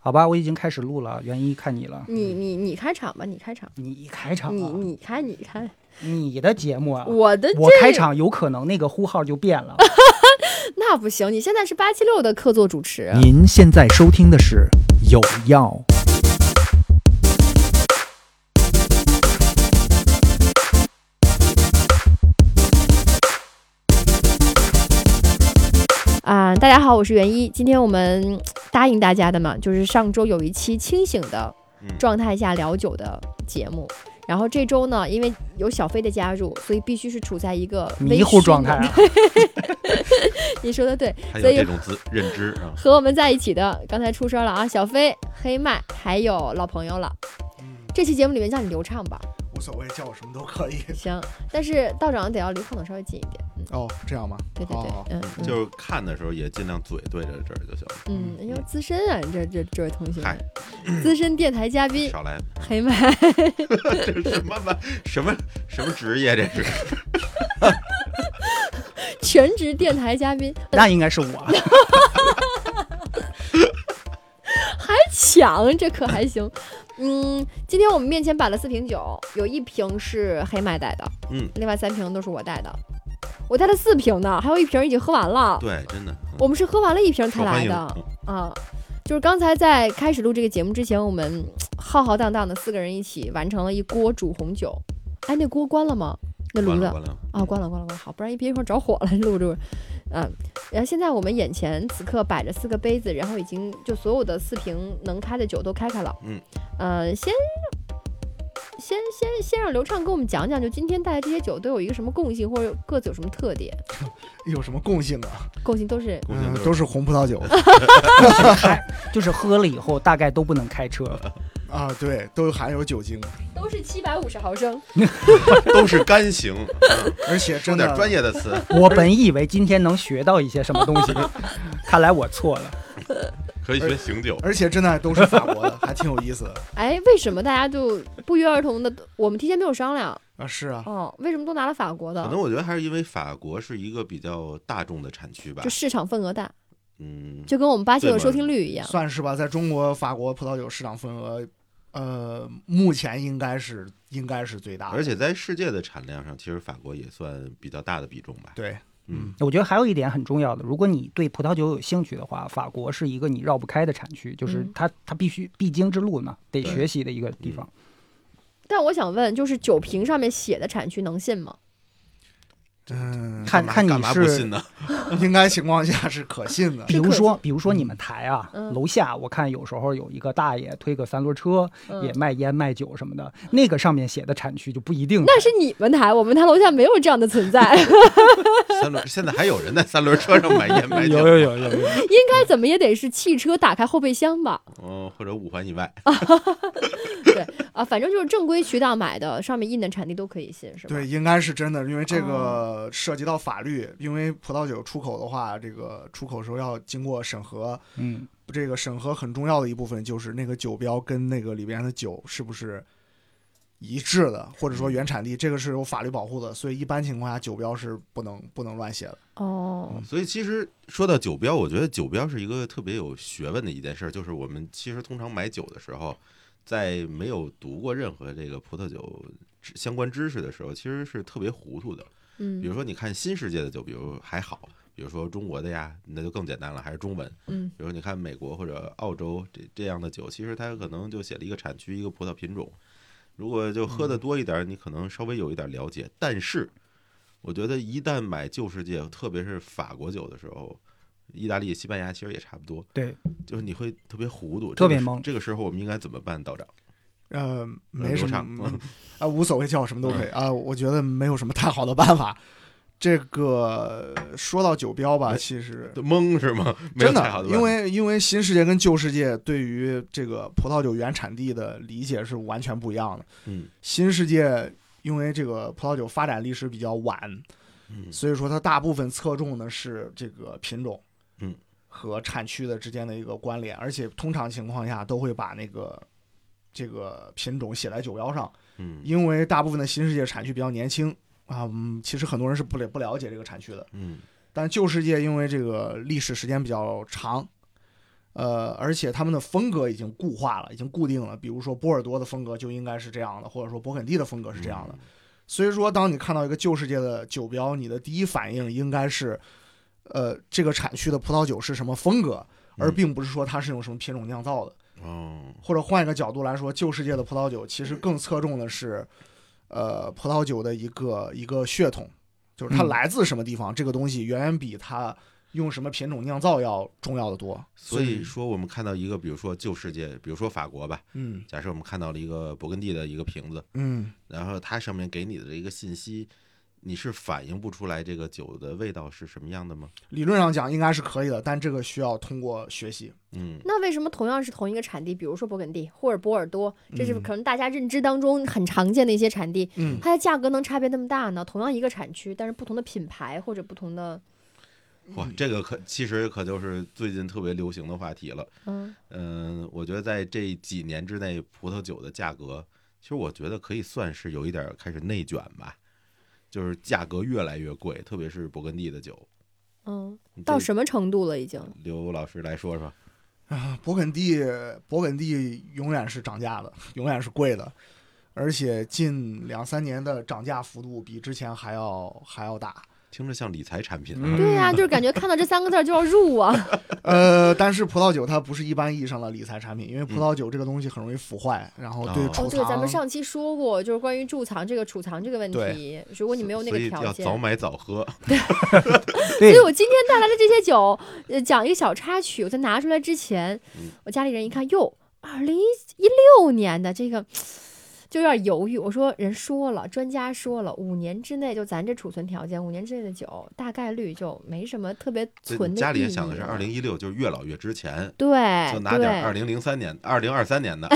好吧，我已经开始录了，元一看你了。 你开场吧，你开场。 你开场、啊， 你开。 你的节目啊， 我开场有可能那个呼号就变了。 那不行，你现在是876的客座主持。 您现在收听的是有药。 大家好，我是元一。今天我们答应大家的嘛，就是上周有一期清醒的状态下聊酒的节目，然后这周呢，因为有小飞的加入，所以必须是处在一个迷糊状态、啊。 你说的对， 还有这种认知啊。 和我们在一起的，刚才出声了啊，小飞、黑麦，还有老朋友了。这期节目里面叫你流畅吧。 无所谓，叫我什么都可以。 行，但是道长得要离可能稍微近一点。 哦，这样吗？ 对对对， 就是看的时候也尽量嘴对着这儿就行了。 因为资深啊，这位同学，资深电台嘉宾， 少来， 黑麦， 这是什么职业？这是全职电台嘉宾， 那应该是我。 还抢，这可还行。今天我们面前摆了4瓶酒，有1瓶是黑麦带的，另外3瓶都是我带的。我带了4瓶呢，还有1瓶已经喝完了。 对，真的， 我们是喝完了1瓶才来的啊。就是刚才在开始录这个节目之前，我们浩浩荡荡的4个人一起完成了一锅煮红酒。哎，那锅关了吗？那炉子关了。好，不然别一会儿着火了，录着。然后现在我们眼前此刻摆着4个杯子，然后已经就所有的4瓶能开的酒都开了。先让刘畅跟我们讲讲，就今天带的这些酒都有一个什么共性，或者各自有什么特点？ 有什么共性啊？ 共性都是红葡萄酒， 就是喝了以后大概都不能开车啊，对，都含有酒精， 都是750毫升， 都是干型， 而且真的说点专业的词。 我本以为今天能学到一些什么东西，看来我错了。 可以学醒酒， 而且真的都是法国的，还挺有意思的。 哎，为什么大家就不约而同的？我们提前没有商量啊，是啊， 为什么都拿了法国的？ 可能我觉得还是因为法国是一个比较大众的产区吧， 就市场份额大，就跟我们876的收听率一样， 算是吧。在中国，法国葡萄酒市场份额，目前应该是最大的， 而且在世界的产量上，其实法国也算比较大的比重吧。 对。 我觉得还有一点很重要的，如果你对葡萄酒有兴趣的话，法国是一个你绕不开的产区，就是它必经之路嘛，得学习的一个地方。 但我想问，就是酒瓶上面写的产区能信吗？ 看你干嘛不信呢？ 应该情况下是可信的。 比如说你们台啊，楼下我看有时候有一个大爷推个3轮车，也卖烟卖酒什么的，那个上面写的产区就不一定。 那是你们台，我们台楼下没有这样的存在。 现在还有人在3轮车上买烟卖酒？ 有。 应该怎么也得是汽车打开后备箱吧？ 或者5环以外。 对啊，反正就是正规渠道买的，上面印的产地都可以信，是吧？ 对，应该是真的，因为这个涉及到法律，因为葡萄酒出口的话，这个出口时候要经过审核，这个审核很重要的一部分就是那个酒标跟那个里边的酒是不是一致的，或者说原产地，这个是有法律保护的，所以一般情况下酒标是不能乱写的。 所以其实说到酒标，我觉得酒标是一个特别有学问的一件事，就是我们其实通常买酒的时候，在没有读过任何这个葡萄酒相关知识的时候，其实是特别糊涂的。比如说你看新世界的酒，比如还好，比如说中国的呀，那就更简单了，还是中文。比如说你看美国或者澳洲这样的酒，其实它可能就写了一个产区，一个葡萄品种。如果就喝的多一点，你可能稍微有一点了解。但是我觉得一旦买旧世界，特别是法国酒的时候，意大利、西班牙其实也差不多。 对， 就是你会特别糊涂， 特别懵。 这个时候我们应该怎么办，道长？ 没什么无所谓，叫什么都可以我觉得没有什么太好的办法。这个说到酒标吧，其实懵是吗？ 真的，因为新世界跟旧世界对于这个葡萄酒原产地的理解是完全不一样的。新世界因为这个葡萄酒发展历史比较晚，所以说它大部分侧重的是这个品种，和产区的之间的一个关联，而且通常情况下都会把这个品种写在酒标上。因为大部分的新世界产区比较年轻。其实很多人是不了解这个产区的，但旧世界因为这个历史时间比较长， 而且他们的风格已经固化了，已经固定了。比如说波尔多的风格就应该是这样的，或者说勃艮第的风格是这样的。所以说，当你看到一个旧世界的酒标，你的第一反应应该是，这个产区的葡萄酒是什么风格，而并不是说它是用什么品种酿造的。或者换一个角度来说，旧世界的葡萄酒其实更侧重的是，葡萄酒的一个血统，就是它来自什么地方，这个东西远远比它用什么品种酿造要重要的多。 所以说我们看到一个比如说旧世界，比如说法国吧，假设我们看到了一个勃艮第的一个瓶子，然后它上面给你的这个信息，你是反映不出来这个酒的味道是什么样的吗？ 理论上讲应该是可以的，但这个需要通过学习。 那为什么同样是同一个产地，比如说勃艮第或者波尔多，这是可能大家认知当中很常见的一些产地，它的价格能差别那么大呢？同样一个产区，但是不同的品牌或者不同的。 哇，这个其实就是最近特别流行的话题了。我觉得在这几年之内，葡萄酒的价格，其实我觉得可以算是有一点开始内卷吧，就是价格越来越贵，特别是勃艮第的酒。 到什么程度了已经？ 刘老师来说说。 勃艮第永远是涨价的，永远是贵的，而且近2-3年的涨价幅度比之前还要大。 听着像理财产品对呀，就是感觉看到这3个字就要入啊。 但是葡萄酒它不是一般意义上的理财产品，因为葡萄酒这个东西很容易腐坏，然后对储藏。 对，咱们上期说过，就是关于贮藏这个储藏这个问题，如果你没有那个条件， 所以要早买早喝。 所以我今天带来的这些酒，讲一个小插曲。我在拿出来之前，我家里人一看，哟，2016年的这个。就有点犹豫，我说人说了，专家说了，5年之内就咱这储存条件，5年之内的酒大概率就没什么特别存的意义。 家里也想的是2016，就是越老越值钱。 对， 就拿点2003年、2023年的，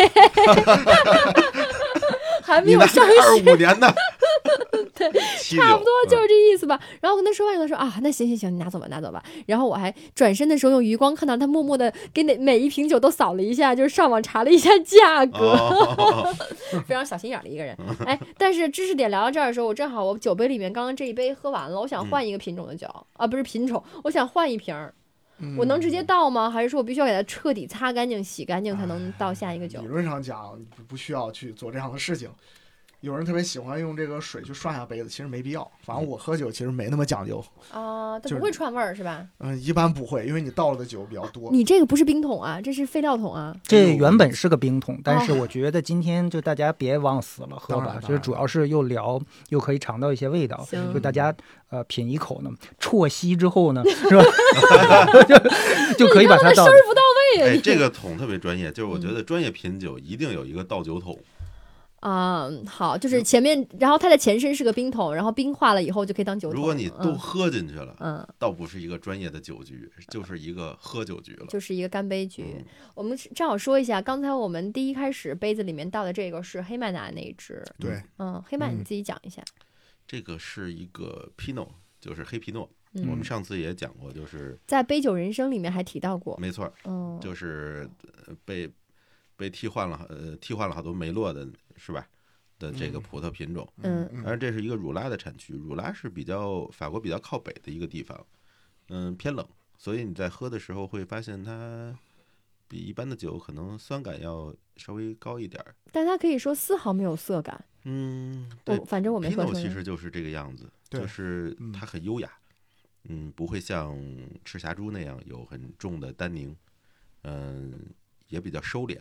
还没有上市 25年的。 对，差不多就是这意思吧。然后我跟他说完，他说啊，那行，你拿走吧。然后我还转身的时候用余光看到他默默的给每一瓶酒都扫了一下，就是上网查了一下价格，非常小心眼的一个人。但是知识点聊到这儿的时候，正好我酒杯里面刚刚这一杯喝完了，我想换一个品种的酒啊，不是品种，我想换一瓶。我能直接倒吗？还是说我必须要给它彻底擦干净、洗干净才能倒下一个酒？ 理论上讲，不需要去做这样的事情。有人特别喜欢用这个水去涮下杯子，其实没必要。反正我喝酒其实没那么讲究它不会串味儿是吧？ 一般不会，因为你倒了的酒比较多。 你这个不是冰桶啊，这是废料桶啊。 这原本是个冰桶，但是我觉得今天就大家别往死了喝吧，就是主要是又聊又可以尝到一些味道，就大家品一口呢，啜吸之后呢，是吧？就可以把它倒。 声儿不到位啊！ 这个桶特别专业，就是我觉得专业品酒一定有一个倒酒桶。 好，就是前面，然后它的前身是个冰桶，然后冰化了以后就可以当酒桶。 如果你都喝进去了，倒不是一个专业的酒局，就是一个喝酒局了， 就是一个干杯局。我们正好说一下，刚才我们第一开始杯子里面倒的这个是黑麦拿那一支， 对， 黑麦你自己讲一下。 这个是一个 Pinot， 就是黑皮诺。我们上次也讲过，就是在杯酒人生里面还提到过， 没错，就是被替换了好多梅洛的。是吧？的这个葡萄品种，当然这是一个乳拉的产区，乳拉是法国比较靠北的一个地方，偏冷，所以你在喝的时候会发现它比一般的酒可能酸感要稍微高一点，但它可以说丝毫没有涩感。 对， 反正我没喝出来。 其实就是这个样子，就是它很优雅，不会像赤霞珠那样有很重的单宁，也比较收敛，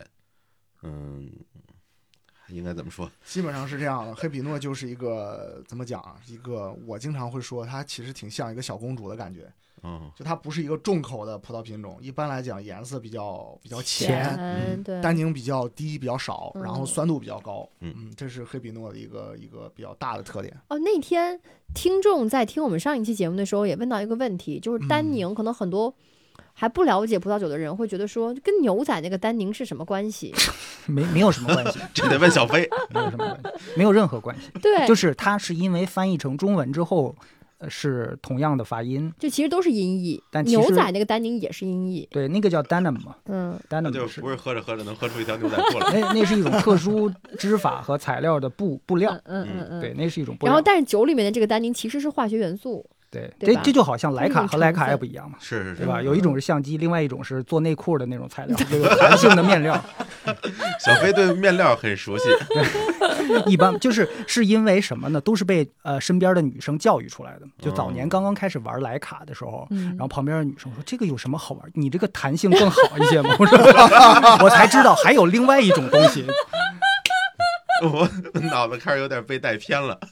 应该怎么说？ 基本上是这样的。黑皮诺就是一个怎么讲啊？一个我经常会说，它其实挺像一个小公主的感觉。就它不是一个重口的葡萄品种，一般来讲颜色比较浅，单宁比较低、比较少，然后酸度比较高。这是黑皮诺的一个比较大的特点。 那天听众在听我们上一期节目的时候也问到一个问题，就是单宁可能很多还不了解葡萄酒的人会觉得说，跟牛仔那个单宁是什么关系？ 没有什么关系， 这得问小飞。 没有什么关系，没有任何关系。 对， 就是它是因为翻译成中文之后，是同样的发音， 就其实都是音译。 但牛仔那个单宁也是音译， 对，那个叫 denim 嘛，denim 就不是喝着喝着能喝出一条牛仔裤来。 那是一种特殊织法和材料的布料，对，那是一种布料。 然后，但是酒里面的这个单宁其实是化学元素。 对， 对这就好像徕卡和徕卡也不一样嘛， 是， 对吧？有一种是相机，另外一种是做内裤的那种材料，就有弹性的面料。 小飞对面料很熟悉。 一般是因为什么呢？都是被身边的女生教育出来的。就早年刚刚开始玩徕卡的时候，然后旁边的女生说：“这个有什么好玩？你这个弹性更好一些吗？”我说：“我才知道还有另外一种东西。” 我脑子开始有点被带偏了。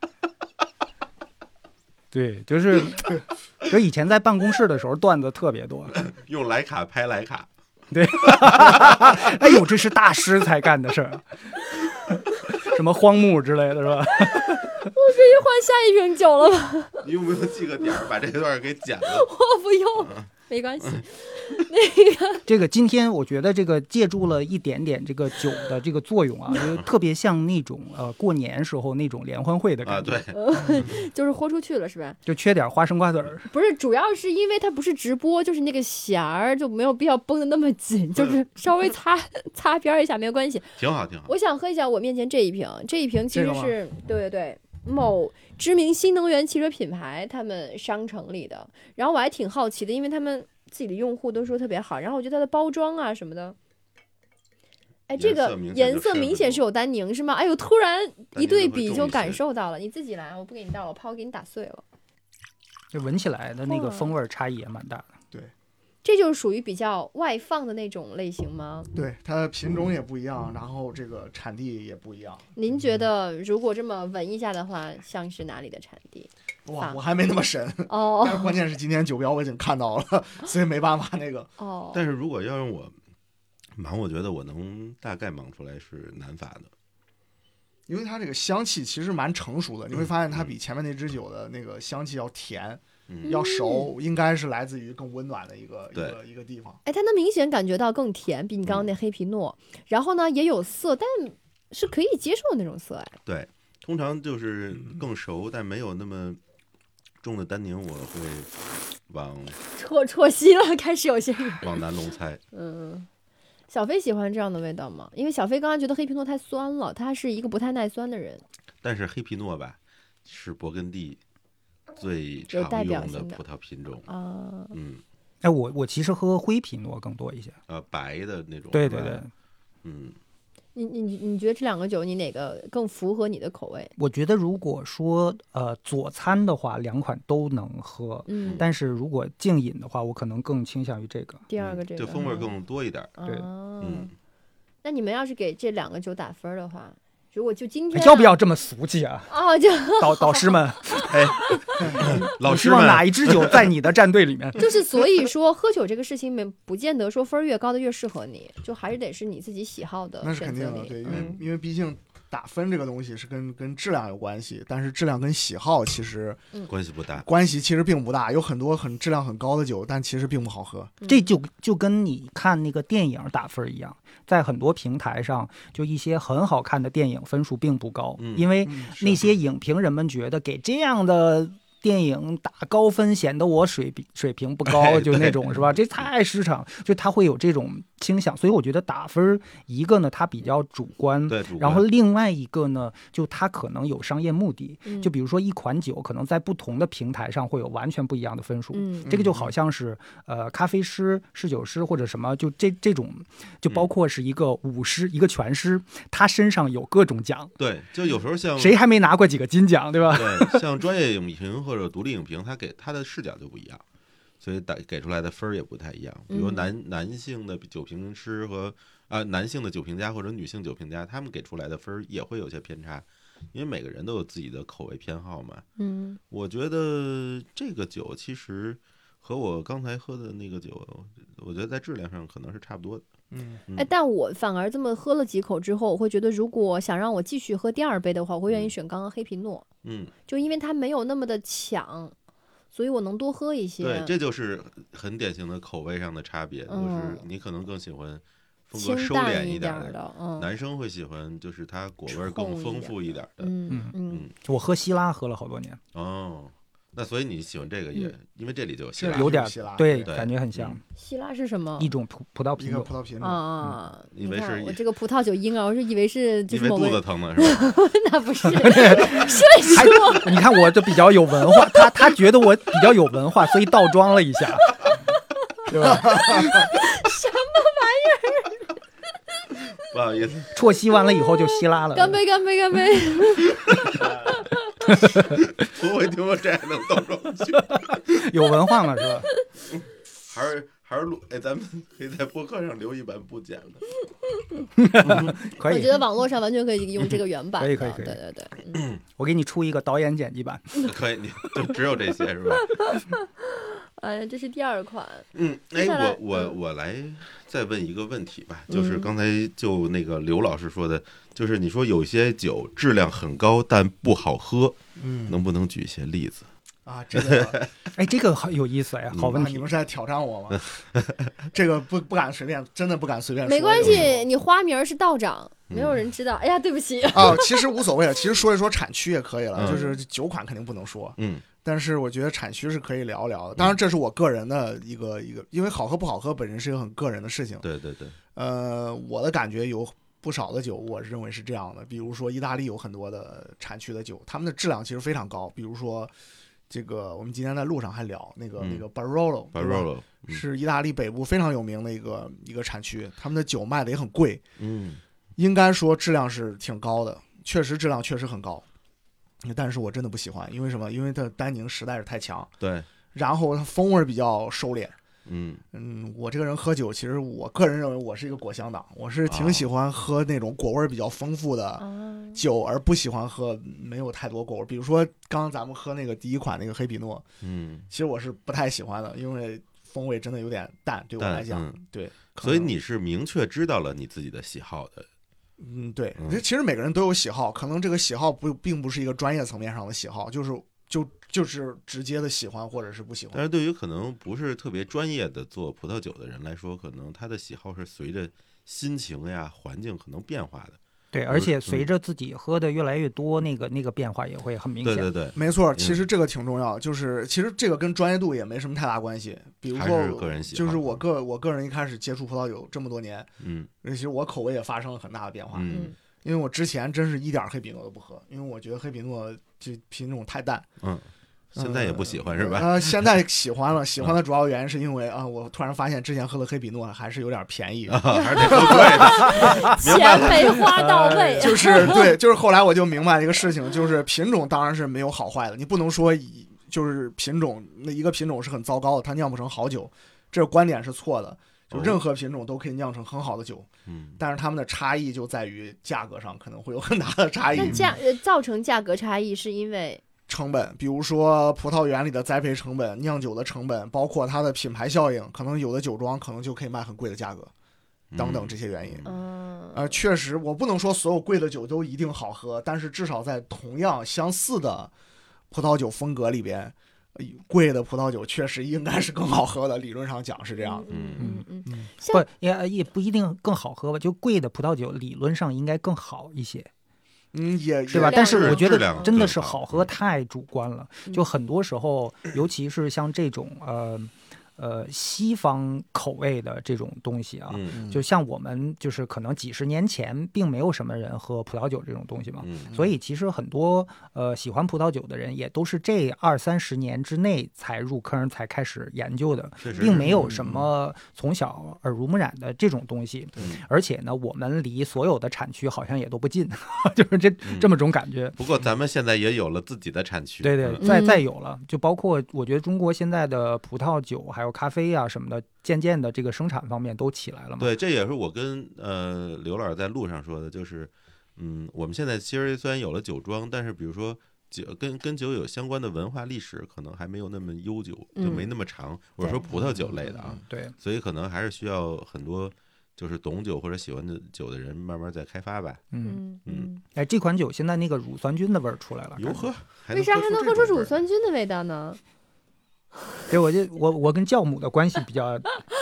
对，就是以前在办公室的时候段子特别多， 用徕卡拍徕卡。 对，哎呦，这是大师才干的事儿，什么荒木之类的，是吧？ 我可以换下一瓶酒了吗？ 你用不用记个点儿把这段给剪了？ 我不用，没关系。那个， 这个今天我觉得这个借助了一点点这个酒的这个作用啊，就特别像那种过年时候那种联欢会的感觉， 对， 就是豁出去了是吧？ 就缺点花生瓜子儿。 不是，主要是因为它不是直播，就是那个弦儿就没有必要绷得那么紧，就是稍微擦边一下没有关系， 挺好。 我想喝一下我面前这一瓶其实是对。某知名新能源汽车品牌他们商城里的，然后我还挺好奇的，因为他们自己的用户都说特别好，然后我觉得它的包装啊什么的，哎，这个颜色明显是有丹宁是吗？哎呦，突然一对比就感受到了。你自己来，我不给你倒了，我怕我给你打碎了。 就闻起来的那个风味差异也蛮大的。 对。 这就是属于比较外放的那种类型吗？ 对，它的品种也不一样，然后这个产地也不一样。 您觉得如果这么闻一下的话，像是哪里的产地？ 哇，我还没那么神哦。 但是关键是今天酒标我已经看到了，所以没办法那个。 哦。 但是如果要让我盲，我觉得我能大概盲出来是南法的， 因为它这个香气其实蛮成熟的，你会发现它比前面那支酒的那个香气要甜。要熟，应该是来自于更温暖的一个地方。 哎，它能明显感觉到更甜，比你刚刚那黑皮诺。然后呢，也有涩，但是可以接受的那种涩。哎， 对，通常就是更熟，但没有那么重的单宁，我会往啜吸了，开始有些人往南龙猜。 小飞喜欢这样的味道吗？因为小飞刚刚觉得黑皮诺太酸了，他是一个不太耐酸的人。 但是黑皮诺吧，是勃艮第最常用的葡萄品种啊， 哎，我其实喝灰皮诺更多一些， 白的那种。 对， 你觉得这两个酒，你哪个更符合你的口味？ 我觉得如果说佐餐的话，两款都能喝，但是如果静饮的话，我可能更倾向于这个。 第二个这个， 就风味更多一点。 对， 那你们要是给这两个酒打分的话？如果就今天要不要这么俗气啊？ 就导师们， 哎，老师们， 希望哪一支酒在你的战队里面？ 就是所以说，喝酒这个事情不见得说分越高的越适合你，就还是得是你自己喜好的选择里。 那是肯定的，对，因为毕竟打分这个东西是跟质量有关系，但是质量跟喜好其实关系不大， 关系其实并不大。有很多质量很高的酒，但其实并不好喝。 这就跟你看那个电影打分一样。在很多平台上，就一些很好看的电影分数并不高，因为那些影评人们觉得给这样的电影打高分显得我水平不高，就那种是吧？这太市场，就他会有这种倾向，所以我觉得打分一个呢，它比较主观，然后另外一个呢，就它可能有商业目的，就比如说一款酒可能在不同的平台上会有完全不一样的分数，这个就好像是咖啡师、侍酒师或者什么，就这种，就包括是一个武师、一个拳师，他身上有各种奖， 对，就有时候像谁还没拿过几个金奖，对吧？ 对，像专业影评或者独立影评，他给他的视角就不一样。所以给出来的分也不太一样，比如男性的酒评师和男性的酒评家或者女性酒评家，他们给出来的分也会有些偏差，因为每个人都有自己的口味偏好嘛。我觉得这个酒其实和我刚才喝的那个酒，我觉得在质量上可能是差不多的。 但我反而这么喝了几口之后，我会觉得如果想让我继续喝第二杯的话，我会愿意选刚刚黑皮诺。就因为它没有那么的抢。所以我能多喝一些。 对，这就是很典型的口味上的差别，就是你可能更喜欢风格收敛一点的，男生会喜欢就是它果味更丰富一点的。 我喝希拉喝了好多年。 那所以你喜欢这个也，因为这里就有希腊， 有点对， 感觉很像。 希腊是什么？ 一种葡萄品种， 葡萄品种啊。 以为是我这个葡萄酒婴儿，我是以为是就是肚子疼了是吧？ 那不是，说你看我这比较有文化，他觉得我比较有文化，所以倒装了一下，对吧？ 什么玩意儿？ 不好意思， 啜吸完了以后就希拉了。 干杯！干杯！干杯！ 我没听过这还能倒装句， 有文化嘛是吧？ 还是录咱们可以在播客上留一版不剪的。 可以， 我觉得网络上完全可以用这个原版。 可以。 对。 我给你出一个导演剪辑版。 可以，你就只有这些是吧？ 哎呀，这是第2款。 我来再问一个问题吧，就是刚才就那个刘老师说的，就是你说有些酒质量很高但不好喝，能不能举一些例子？ 啊，这个， 这个好有意思呀，好问题。 你们是在挑战我吗？这个不敢随便，真的不敢随便说。 没关系，你花名是道长，没有人知道。哎呀，对不起。 其实无所谓了，其实说一说产区也可以了，就是酒款肯定不能说。但是我觉得产区是可以聊聊的。当然，这是我个人的一个，因为好喝不好喝本身是一个很个人的事情。 对。 我的感觉有不少的酒，我认为是这样的。比如说，意大利有很多的产区的酒，他们的质量其实非常高。比如说。这个我们今天在路上还聊那个 Barolo 是意大利北部非常有名的一个产区，他们的酒卖的也很贵，应该说质量是挺高的，确实质量确实很高，但是我真的不喜欢，因为什么？因为它单宁实在是太强， 对， 然后它风味比较收敛。我这个人喝酒，其实我个人认为我是一个果香党，我是挺喜欢喝那种果味比较丰富的酒，而不喜欢喝没有太多果味。比如说刚刚咱们喝那个第1款那个黑皮诺，其实我是不太喜欢的，因为风味真的有点淡，对我来讲，对。 所以你是明确知道了你自己的喜好的。 对，其实每个人都有喜好，可能这个喜好并不是一个专业层面上的喜好，就是直接的喜欢或者是不喜欢。 但是对于可能不是特别专业的做葡萄酒的人来说，可能他的喜好是随着心情呀、环境可能变化的。 对，而且随着自己喝的越来越多，那个变化也会很明显。 对， 没错。其实这个挺重要，就是其实这个跟专业度也没什么太大关系。比如说， 个人喜好， 就是我个人一开始接触葡萄酒这么多年，其实我口味也发生了很大的变化。因为我之前真是一点黑皮诺都不喝，因为我觉得黑皮诺这品种太淡。 现在也不喜欢是吧？ 现在喜欢了，喜欢的主要原因是因为我突然发现之前喝的黑皮诺还是有点便宜， 还是得喝贵的， 钱没花到位。 就是后来我就明白一个事情，就是品种当然是没有好坏的，你不能说就是品种那一个品种是很糟糕的，它酿不成好酒，这个观点是错的。就任何品种都可以酿成很好的酒，但是它们的差异就在于价格上可能会有很大的差异。 那造成价格差异是因为成本，比如说葡萄园里的栽培成本、酿酒的成本，包括它的品牌效应，可能有的酒庄可能就可以卖很贵的价格，等等这些原因。确实，我不能说所有贵的酒都一定好喝，但是至少在同样相似的葡萄酒风格里边，贵的葡萄酒确实应该是更好喝的，理论上讲是这样的。 不也不一定更好喝吧，就贵的葡萄酒理论上应该更好一些。 也是吧？但是我觉得真的是好喝太主观了，就很多时候，尤其是像这种西方口味的这种东西啊，就像我们就是可能几十年前并没有什么人喝葡萄酒这种东西嘛，所以其实很多喜欢葡萄酒的人也都是这20-30年之内才入坑才开始研究的，并没有什么从小耳濡目染的这种东西。而且呢，我们离所有的产区好像也都不近，就是这么种感觉。 不过咱们现在也有了自己的产区， 对，再有了，就包括我觉得中国现在的葡萄酒还有咖啡啊什么的，渐渐的这个生产方面都起来了嘛。 对，这也是我跟刘老师在路上说的，就是我们现在其实虽然有了酒庄，但是比如说酒跟酒有相关的文化历史可能还没有那么悠久，就没那么长。我说葡萄酒类的啊， 对， 所以可能还是需要很多就是懂酒或者喜欢的酒的人慢慢再开发吧。 这款酒现在那个乳酸菌的味儿出来了， 哟呵， 为啥还能喝出乳酸菌的味道呢？ 对，我跟酵母的关系比较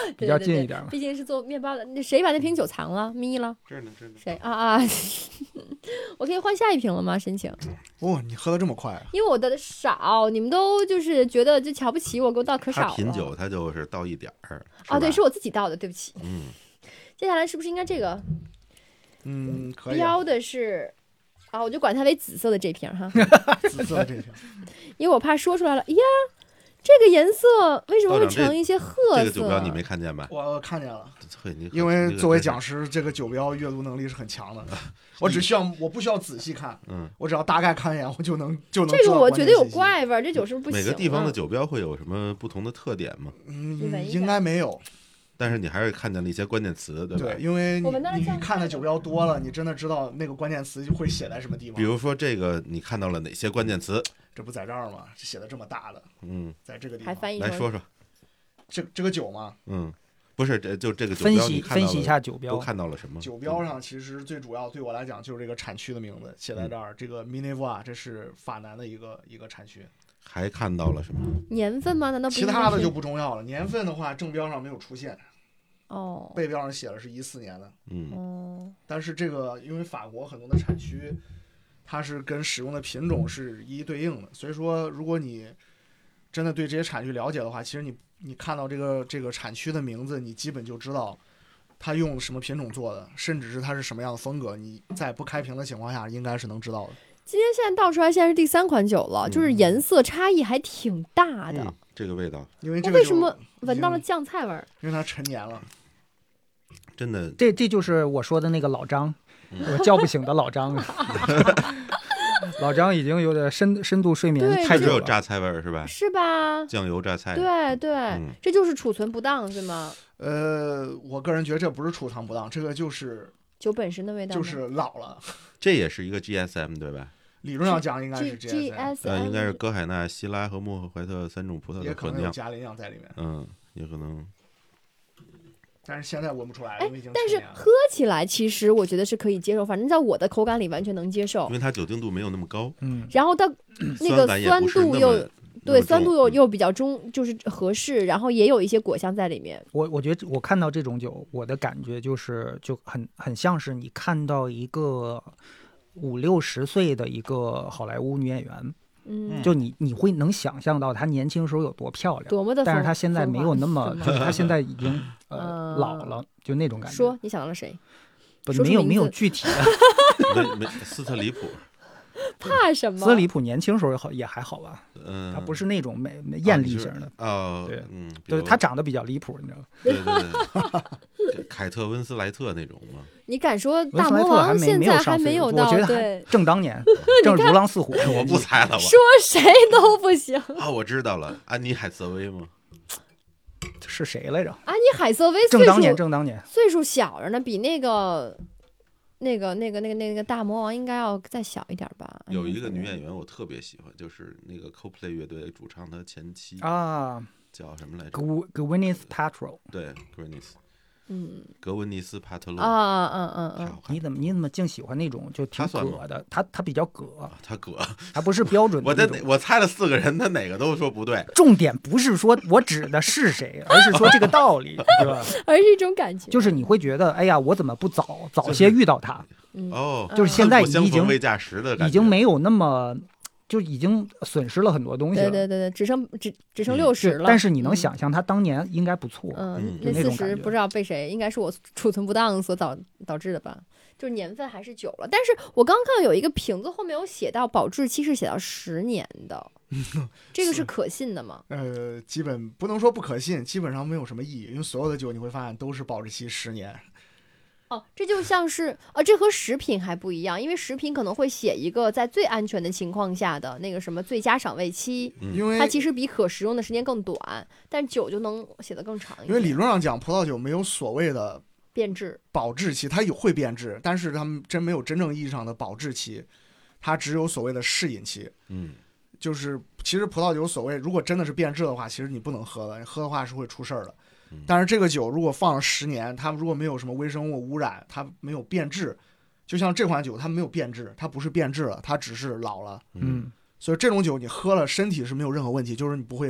比较近一点嘛。 毕竟是做面包的，那谁把那瓶酒藏了？眯了？ 这呢， 谁啊？我可以换下一瓶了吗？申请。 哦，你喝的这么快？ 因为我的少，你们都就是觉得就瞧不起我，给我倒可少了。 他品酒他就是倒一点儿。 哦，对，是我自己倒的，对不起。 嗯。 接下来是不是应该这个？ 可以。 标的是啊，我就管它为紫色的这瓶哈。 紫色的这瓶。 因为我怕说出来了，呀。这个颜色为什么会成一些褐色？ 这个酒标你没看见吧？ 我看见了，因为作为讲师，这个酒标阅读能力是很强的。我不需要仔细看，我只要大概看一眼，我就能。这个我觉得有怪味，这酒是不是不行？ 每个地方的酒标会有什么不同的特点吗？ 应该没有。 但是你还是看见了一些关键词，对吧？ 对，因为你看的酒标多了，你真的知道那个关键词会写在什么地方。 比如说这个，你看到了哪些关键词？ 这不在这儿吗？写的这么大的，在这个地方。 还翻译来说说， 这个酒吗？ 不是，就这个酒标， 分析一下酒标， 都看到了什么？ 酒标上其实最主要对我来讲就是这个产区的名字写在这儿，这个 Minervois 这是法南的一个产区。 还看到了什么？ 年份吗？难道不其他的就不重要了？年份的话，正标上没有出现。背标上写的是14年的。但是这个因为法国很多的产区，它是跟使用的品种是一一对应的，所以说如果你真的对这些产区了解的话，其实你看到这个产区的名字，你基本就知道它用什么品种做的，甚至是它是什么样的风格，你在不开瓶的情况下应该是能知道的。 今天现在倒出来，现在是第3款酒了，就是颜色差异还挺大的。 这个味道， 因为这个为什么闻到了酱菜味儿？ 因为它陈年了。 真的， 这就是我说的那个老张，我叫不醒的老张。老张已经有点深度睡眠太久了。 只有榨菜味儿是吧？ 是吧？ 酱油榨菜。 对对，这就是储存不当是吗？ 我个人觉得这不是储藏不当，这个就是酒本身的味道， 就是老了。 这也是一个 GSM 对吧？ 理论上讲应该是 GSM， 应该是歌海纳、希拉和莫赫怀特3种葡萄的混酿， 也可能有加林酿在里面。 也可能。 但是现在闻不出来，因为已经但是喝起来其实我觉得是可以接受，反正在我的口感里完全能接受， 因为它酒精度没有那么高， 然后它那个酸度又对酸度又比较中，就是合适，然后也有一些果香在里面。 我觉得我看到这种酒，我的感觉就很像是你看到一个50-60岁的一个好莱坞女演员。就你会能想象到她年轻时候有多漂亮， 多么的， 但是她现在没有那么，就是她现在已经老了，就那种感觉。 说你想到了谁？ 没有具体的。 没斯特里普。 怕什么？ 斯特里普年轻时候也还好吧，他不是那种艳丽型的。 对， 就是他长得比较离谱，你知道吗？ 对，凯特温斯莱特那种吗？ 你敢说大魔王现在还没有到？ 我觉得正当年，正如狼似虎。 我不猜了， 说谁都不行啊！我知道了，安妮海瑟薇吗？ 是谁来着？ 安妮海瑟薇正当年岁数小着呢，比那个大魔王应该要再小一点吧。 有一个女演员我特别喜欢，就是那个 Coldplay 乐队主唱她前妻叫什么来着 ？Gwyneth Paltrow。 对 ，Gwyneth。格温尼斯·帕特洛你怎么净喜欢那种就挺葛的？他比较葛， 他葛， 他不是标准的。 我猜了4个人，他哪个都说不对。 重点不是说我指的是谁，而是说这个道理，对吧？ 而是一种感觉， 就是你会觉得，哎呀，我怎么不早些遇到他？就是现在已经没有那么。就已经损失了很多东西了。 对，只剩60了。 但是你能想象他当年应该不错。 那40不知道被谁，应该是我储存不当所导致的吧？就是年份还是久了。但是我刚看到有一个瓶子后面有写到保质期是写到10年的，这个是可信的吗？ 基本不能说不可信，基本上没有什么意义，因为所有的酒你会发现都是保质期10年。 这就像是这和食品还不一样，因为食品可能会写一个在最安全的情况下的那个什么最佳赏味期， 因为它其实比可食用的时间更短，但酒就能写得更长一点。 因为理论上讲，葡萄酒没有所谓的变质保质期，它会变质，但是它们没有真正意义上的保质期，它只有所谓的适饮期。就是其实葡萄酒所谓如果真的是变质的话，其实你不能喝的，你喝的话是会出事儿的。但是这个酒如果放了10年，它如果没有什么微生物污染，它没有变质，就像这款酒它没有变质，它不是变质了，它只是老了。所以这种酒你喝了身体是没有任何问题，就是你不会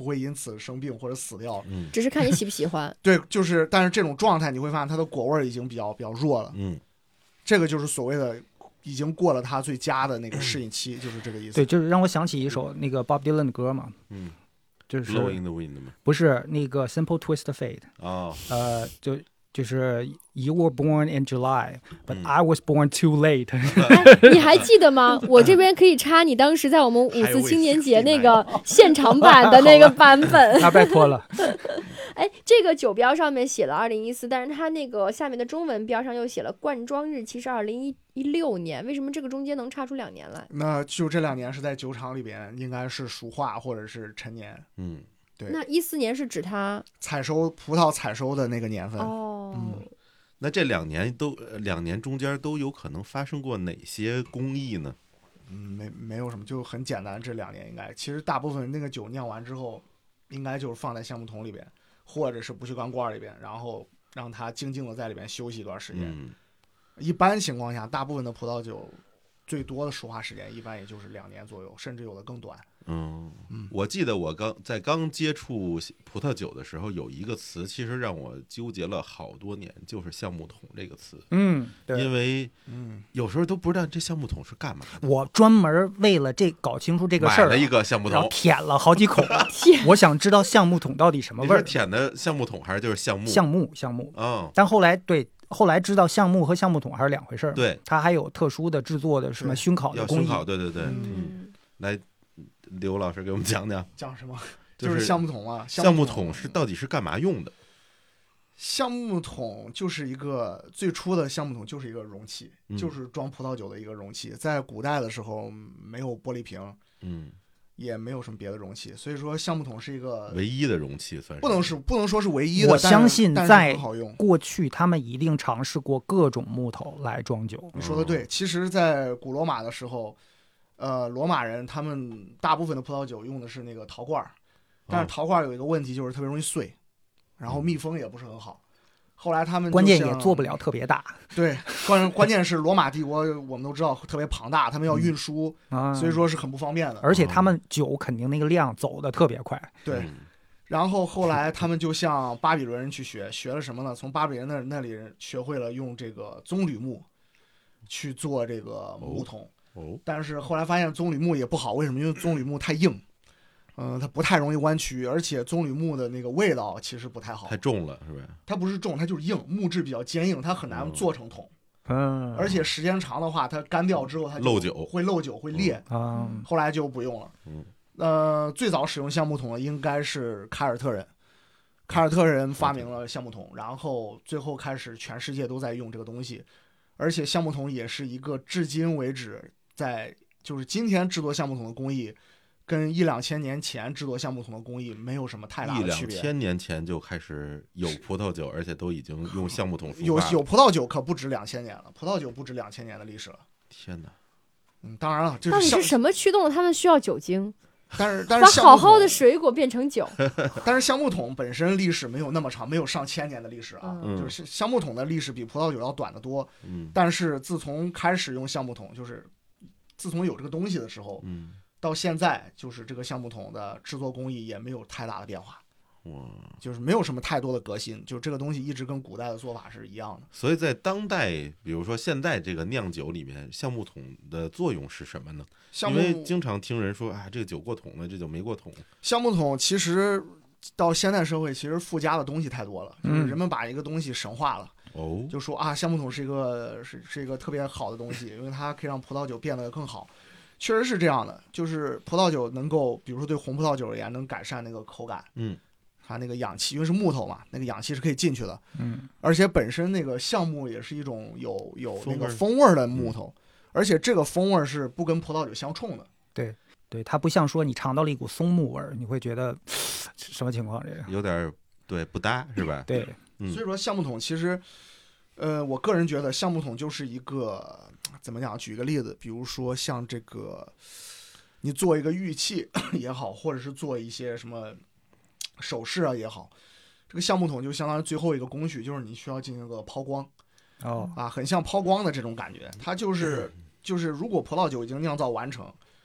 不会因此生病或者死掉， 只是看你喜不喜欢。 对，就是但是这种状态你会发现它的果味已经比较弱了，这个就是所谓的已经过了它最佳的那个适应期，就是这个意思。 对，就是让我想起一首那个 Bob Dylan 的歌嘛，就是 Blowing the Wind 吗？ 不是那个 Simple Twisted Fate 就是 You were born in July, but I was born too late 你还记得吗？我这边可以插你当时在我们54青年节那个现场版的那个版本。 那拜托了。 哎，这个酒标上面写了2014，但是它那个下面的中文标上又写了灌装日期是2016年，为什么这个中间能差出2年来？ 那就这2年是在酒厂里边应该是熟化或者是陈年。对。 那14年是指它葡萄采收的那个年份。 那这2年中间都有可能发生过哪些工艺呢？ 没有什么，就很简单。这2年应该其实大部分那个酒酿完之后，应该就是放在橡木桶里边，或者是不锈钢罐里边，然后让它静静的在里边休息一段时间。一般情况下，大部分的葡萄酒最多的熟化时间一般也就是2年左右，甚至有的更短。 我记得我刚接触葡萄酒的时候，有一个词其实让我纠结了好多年，就是橡木桶这个词。 对， 因为有时候都不知道这橡木桶是干嘛的。 我专门为了搞清楚这个事儿， 买了一个橡木桶， 然后舔了好几口。我想知道橡木桶到底什么味儿。 你是舔的橡木桶还是就是橡木？ 橡木。但后来知道橡木和橡木桶还是2回事儿。 对， 它还有特殊的制作的什么熏烤的工艺。 要熏烤，对。来，刘老师给我们讲什么？就是橡木桶啊。 橡木桶到底是干嘛用的？ 橡木桶就是一个最初的橡木桶，就是一个容器，就是装葡萄酒的一个容器。在古代的时候没有玻璃瓶，也没有什么别的容器，所以说橡木桶是一个唯一的容器，算是不能说是唯一的。 我相信在过去他们一定尝试过各种木头来装酒。 你说的对，其实在古罗马的时候，罗马人他们大部分的葡萄酒用的是那个陶罐，但是陶罐有一个问题，就是特别容易碎，然后密封也不是很好。后来他们关键也做不了特别大。 对，关键是罗马帝国我们都知道特别庞大，他们要运输，所以说是很不方便的。 而且他们酒肯定那个量走的特别快。 对。然后后来他们就向巴比伦人去学了什么呢？从巴比伦那里学会了用这个棕榈木去做这个木桶。但是后来发现棕榈木也不好，为什么？因为棕榈木太硬，它不太容易弯曲，而且棕榈木的那个味道其实不太好， 太重了，是不是？ 它不是重，它就是硬，木质比较坚硬，它很难做成桶。而且时间长的话，它干掉之后它漏酒， 会裂。后来就不用了。最早使用橡木桶的应该是凯尔特人。凯尔特人发明了橡木桶，然后最后开始全世界都在用这个东西，而且橡木桶也是一个至今为止就是今天制作橡木桶的工艺，跟1-2千年前制作橡木桶的工艺没有什么太大的区别。 1-2千年前就开始有葡萄酒，而且都已经用橡木桶有葡萄酒可不止2000年了，葡萄酒不止2000年的历史了。 天哪！ 当然了， 到底是什么驱动了他们需要酒精？ 但是把好好的水果变成酒。 但是橡木桶本身历史没有那么长，没有上千年的历史啊。就是橡木桶的历史比葡萄酒要短得多。但是自从开始用橡木桶，就是自从有这个东西的时候，到现在，就是这个橡木桶的制作工艺也没有太大的变化。就是没有什么太多的革新，就这个东西一直跟古代的做法是一样的。 所以在当代，比如说现在这个酿酒里面，橡木桶的作用是什么呢？因为经常听人说这个酒过桶了，这酒没过桶。 橡木桶其实到现代社会，其实附加的东西太多了，就是人们把一个东西神化了。就说橡木桶是一个特别好的东西，因为它可以让葡萄酒变得更好。确实是这样的，就是葡萄酒能够，比如说对红葡萄酒而言，能改善那个口感。它那个氧气，因为是木头嘛，那个氧气是可以进去的。而且本身那个橡木也是一种有那个风味的木头，而且这个风味是不跟葡萄酒相冲的。 对，它不像说你尝到了一股松木味，你会觉得什么情况？这个有点不搭，是吧？ 对， 所以说橡木桶其实，我个人觉得橡木桶就是一个怎么讲？举一个例子，比如说像这个，你做一个玉器也好，或者是做一些什么首饰也好，这个橡木桶就相当于最后一个工序，就是你需要进行个抛光。很像抛光的这种感觉。它就是如果葡萄酒已经酿造完成，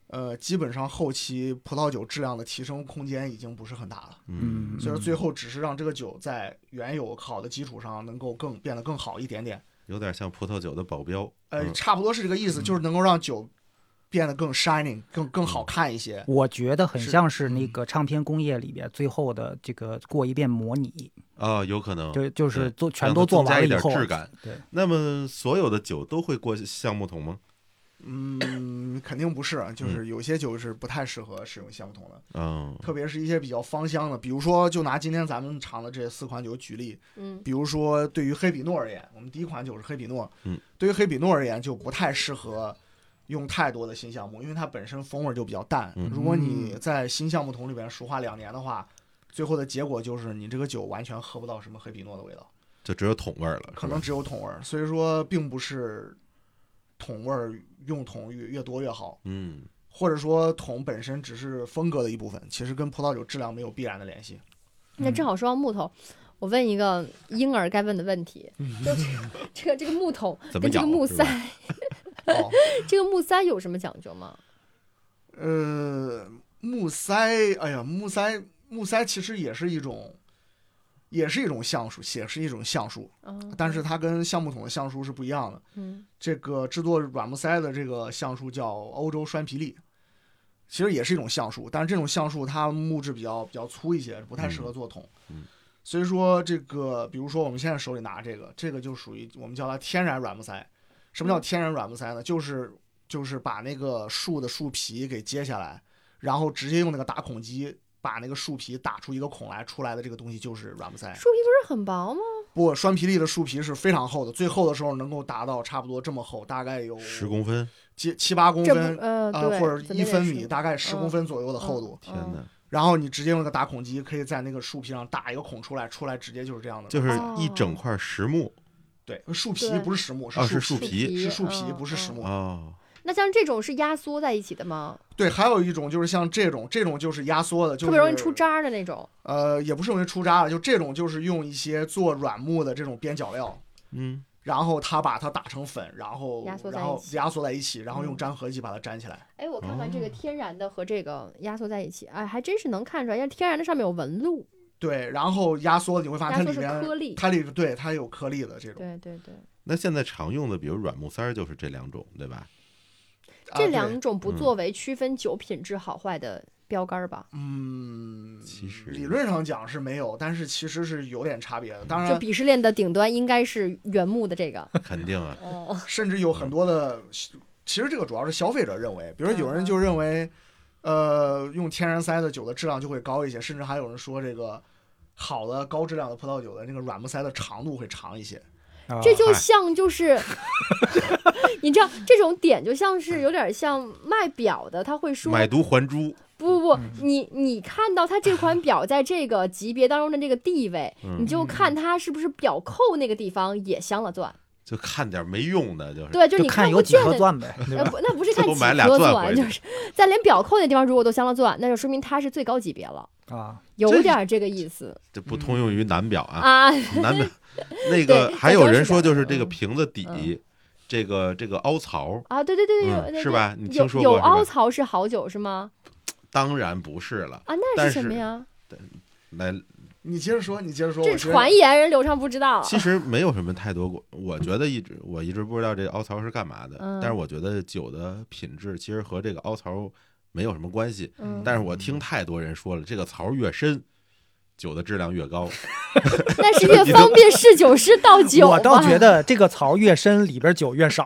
基本上后期葡萄酒质量的提升空间已经不是很大了。所以说最后只是让这个酒在原有好的基础上能够变得更好一点点， 有点像葡萄酒的保标。 差不多是这个意思，就是能够让酒变得更 shining 更好看一些。 我觉得很像是那个唱片工业里边最后的这个过一遍模拟有可能就是全都做完了以后， 质感。对，那么所有的酒都会过橡木桶吗？ 肯定不是，就是有些酒是不太适合使用橡木桶的。特别是一些比较芳香的，比如说就拿今天咱们尝的这4款酒举例，比如说对于黑比诺而言，我们第一款酒是黑比诺，对于黑比诺而言就不太适合用太多的新橡木，因为它本身风味就比较淡。如果你在新橡木桶里边熟化2年的话，最后的结果就是你这个酒完全喝不到什么黑比诺的味道， 就只有桶味了， 可能只有桶味。所以说并不是桶味用桶越多越好，或者说桶本身只是风格的一部分，其实跟葡萄酒质量没有必然的联系。 那正好说到木头，我问一个婴儿该问的问题，就这个木桶跟这个木塞，这个木塞有什么讲究吗？ 木塞，哎呀，木塞其实也是一种橡树，也是一种橡树，但是它跟橡木桶的橡树是不一样的。这个制作软木塞的这个橡树叫欧洲栓皮栎，其实也是一种橡树，但是这种橡树它木质比较粗一些，不太适合做桶。所以说这个，比如说我们现在手里拿这个就属于我们叫它天然软木塞。什么叫天然软木塞呢？就是把那个树的树皮给揭下来，然后直接用那个打孔机把那个树皮打出一个孔来，出来的这个东西就是软木塞。 树皮不是很薄吗？ 不，栓皮栎的树皮是非常厚的，最厚的时候能够达到差不多这么厚，大概有 10公分 ，7、8公分，或者 1 分米，大概10公分左右的厚度。 天哪！ 然后你直接用那个打孔机，可以在那个树皮上打一个孔出来直接就是这样的， 就是一整块实木。 对，树皮不是实木， 是树皮， 是树皮，不是实木。 那像这种是压缩在一起的吗？ 对，还有一种就是像这种就是压缩的，就是特别容易出渣的那种。 也不是容易出渣的，就这种就是用一些做软木的这种边角料，然后他把它打成粉，然后压缩在一起，然后用粘合剂把它粘起来。 我看看这个天然的和这个压缩在一起，还真是能看出来，因为天然的上面有纹路。 对，然后压缩你会发现它里面颗粒， 它有颗粒的这种。 对。 那现在常用的，比如软木塞就是这2种，对吧？ 这2种不作为区分酒品质好坏的标杆吧？ 其实理论上讲是没有，但是其实是有点差别的。当然， 就鄙视链的顶端应该是原木的这个， 肯定啊。 甚至有很多的，其实这个主要是消费者认为，比如有人就认为，用天然塞的酒的质量就会高一些，甚至还有人说这个好的高质量的葡萄酒的那个软木塞的长度会长一些。 这就像就是你知道这种点就像是有点像卖表的，他会说买椟还珠。 不，你看到它这款表在这个级别当中的这个地位，你就看它是不是表扣那个地方也镶了钻。 就看点没用的，就是对，就你看有几颗钻呗， 那不是看几颗钻，就是在连表扣那地方如果都镶了钻，那就说明它是最高级别了啊， 有点这个意思。 这不通用于男表啊，男表那个还有人说就是这个瓶子底这个凹槽啊，对， 是吧？你听说过有凹槽是好酒是吗？ 当然不是了啊，那是什么呀？ 来。 你接着说， 这传言人刘畅不知道。 其实没有什么太多，我觉得我一直不知道这个凹槽是干嘛的。但是我觉得酒的品质其实和这个凹槽没有什么关系。但是我听太多人说了，这个槽越深，酒的质量越高。 那是越方便侍酒师倒酒。 我倒觉得这个槽越深，里边酒越少。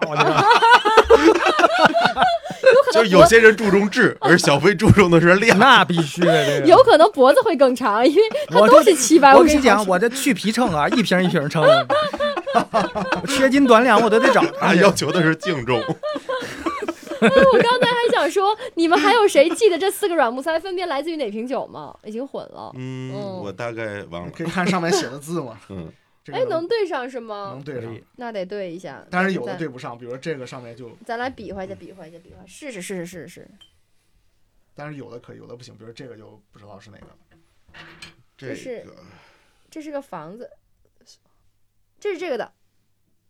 就是有些人注重质，而小飞注重的是量。 那必须的， 有可能脖子会更长，因为它都是750。 我跟你讲，我这去皮秤啊，一瓶一瓶称。缺斤短两我都得找他。要求的是净重。 我刚才还想说，你们还有谁记得这4个软木塞分别来自于哪瓶酒吗？已经混了。 我大概忘了。 可以看上面写的字吗？ 能对上是吗？ 能对上， 那得对一下。 但是有的对不上，比如说这个上面就。 咱来比划一下，试。 但是有的可以，有的不行。比如这个就不知道是哪个。 这是个房子，这是这个的。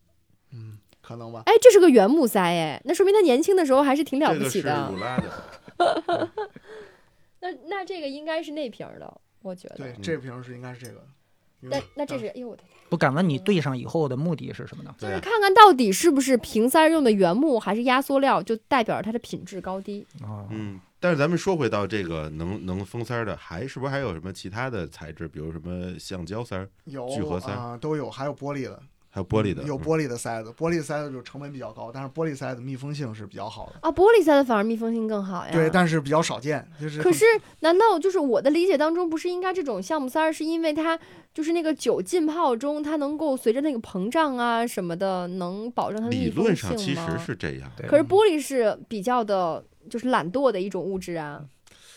可能吧。 这是个原木塞，那说明他年轻的时候还是挺了不起的。 这个是鲁拉的。 那这个应该是那瓶的，我觉得。 对，这瓶是应该是这个。 那这是，哎呦我的天！ 我敢问你兑上以后的目的是什么呢？ 就是看看到底是不是瓶塞用的原木还是压缩料，就代表它的品质高低。 但是咱们说回到这个能封塞的，是不是还有什么其他的材质？比如什么橡胶塞、聚合塞都有，还有玻璃的。 还有玻璃的， 有玻璃的塞子，玻璃塞子就成本比较高，但是玻璃塞子密封性是比较好的啊。玻璃塞子反而密封性更好呀。 对，但是比较少见， 可是难道就是我的理解当中，不是应该这种橡木塞是因为它就是那个酒浸泡中，它能够随着那个膨胀啊什么的，能保证它的密封性吗？ 理论上其实是这样， 可是玻璃是比较的，就是懒惰的一种物质啊。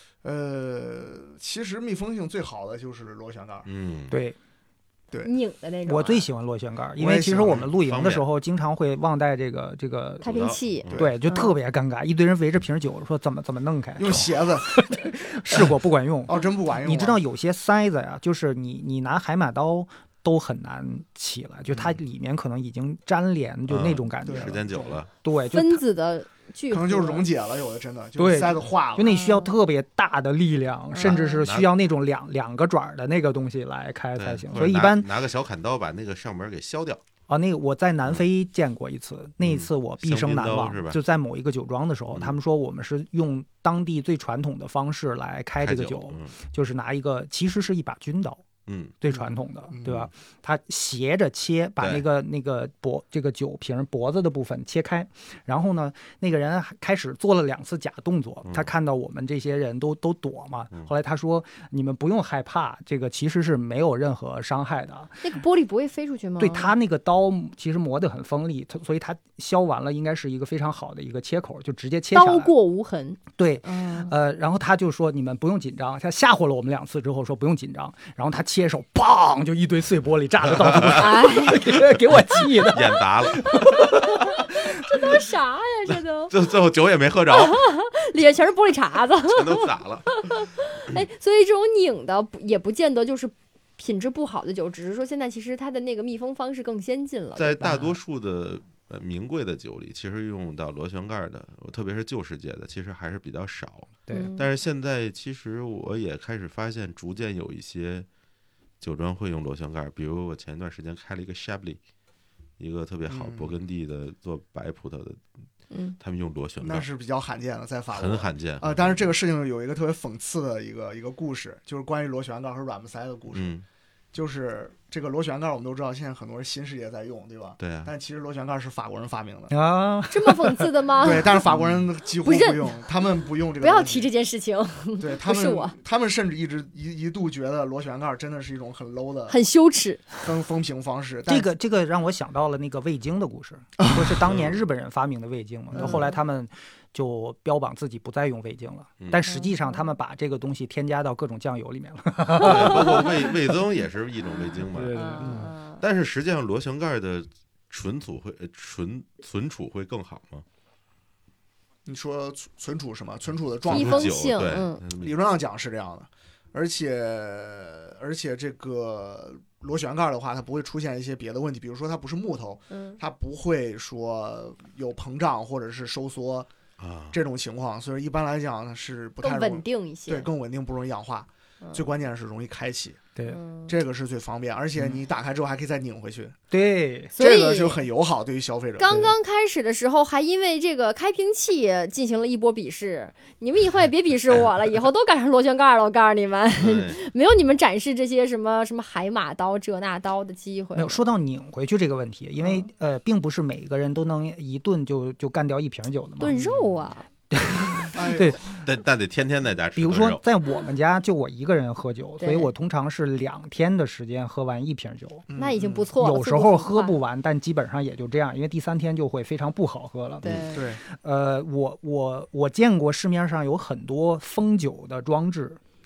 其实密封性最好的就是螺旋盖。 对， 拧的那种。 我最喜欢螺旋盖，因为其实我们露营的时候经常会忘带这个开瓶器， 对，就特别尴尬，一堆人围着瓶酒说怎么弄开， 用鞋子试过不管用。 哦，真不管用。 你知道有些塞子呀，就是你拿海马刀都很难起来，就它里面可能已经粘连，就那种感觉， 时间久了， 对， 分子的。 可能就是溶解了，有的真的就塞子化了， 就那需要特别大的力量，甚至是需要那种两个爪的那个东西来开才行。所以一般拿个小砍刀把那个上面给削掉。 那个我在南非见过一次，那一次我毕生难忘，就在某一个酒庄的时候，他们说我们是用当地最传统的方式来开这个酒，就是拿一个其实是一把军刀。最传统的，对吧？它斜着切，把那个这个酒瓶脖子的部分切开，然后呢，那个人开始做了2次假动作，他看到我们这些人都躲嘛，后来他说：“你们不用害怕，这个其实是没有任何伤害的。” 那个玻璃不会飞出去吗？ 对，他那个刀其实磨得很锋利，所以他削完了应该是一个非常好的一个切口，就直接切下来， 刀过无痕。 对，然后他就说：“你们不用紧张。”他吓唬了我们2次之后说：“不用紧张。”然后他切手，砰，就一堆碎玻璃炸得到处都给我气的眼砸了。 这都啥呀？这都最后酒也没喝着， 里面全是玻璃碴子， 全都洒了。 所以这种拧的也不见得就是品质不好的酒，只是说现在其实它的那个密封方式更先进了。 在大多数的名贵的酒里，其实用到螺旋盖的，特别是旧世界的，其实还是比较少。 对， 但是现在其实我也开始发现，逐渐有一些酒庄会用螺旋盖，比如我前一段时间开了一个 Chablis， 一个特别好勃艮第的做白葡萄的，他们用螺旋盖， 那是比较罕见的，在法国很罕见但是这个事情有一个特别讽刺的一个故事，就是关于螺旋盖和软木塞的故事。就是这个螺旋盖，我们都知道，现在很多人新世界在用，对吧？ 对啊。 但其实螺旋盖是法国人发明的啊， 这么讽刺的吗？ 对，但是法国人几乎不用，他们不用这个。 不要提这件事情。 对，他们甚至一度觉得螺旋盖真的是一种很 low 的、 很羞耻封瓶方式。 这个让我想到了那个味精的故事，说是当年日本人发明的味精嘛，后来他们就标榜自己不再用味精了，但实际上他们把这个东西添加到各种酱油里面了。 包括味增也是一种味精嘛。 对。 但是实际上螺旋盖的存储会更好吗？ 你说存储什么？存储的状态、密封性， 理论上讲是这样的。而且这个螺旋盖的话，它不会出现一些别的问题，比如说它不是木头，它不会说有膨胀或者是收缩这种情况，所以一般来讲是不太更稳定一些， 对，更稳定，不容易氧化。最关键是容易开启， 对， 这个是最方便，而且你打开之后还可以再拧回去， 对， 这个就很友好对于消费者。 刚刚开始的时候还因为这个开瓶器进行了一波鄙视，你们以后也别鄙视我了，以后都改成螺旋盖了，我告诉你们，没有你们展示这些什么海马刀这那刀的机会。 没有说到拧回去这个问题，因为并不是每个人都能一顿就干掉一瓶酒的嘛， 炖肉啊。 对， 但得天天在家吃。 比如说，在我们家就我一个人喝酒，所以我通常是2天的时间喝完1瓶酒， 那已经不错了。 有时候喝不完，但基本上也就这样，因为第3天就会非常不好喝了。 对， 我见过市面上有很多封酒的装置，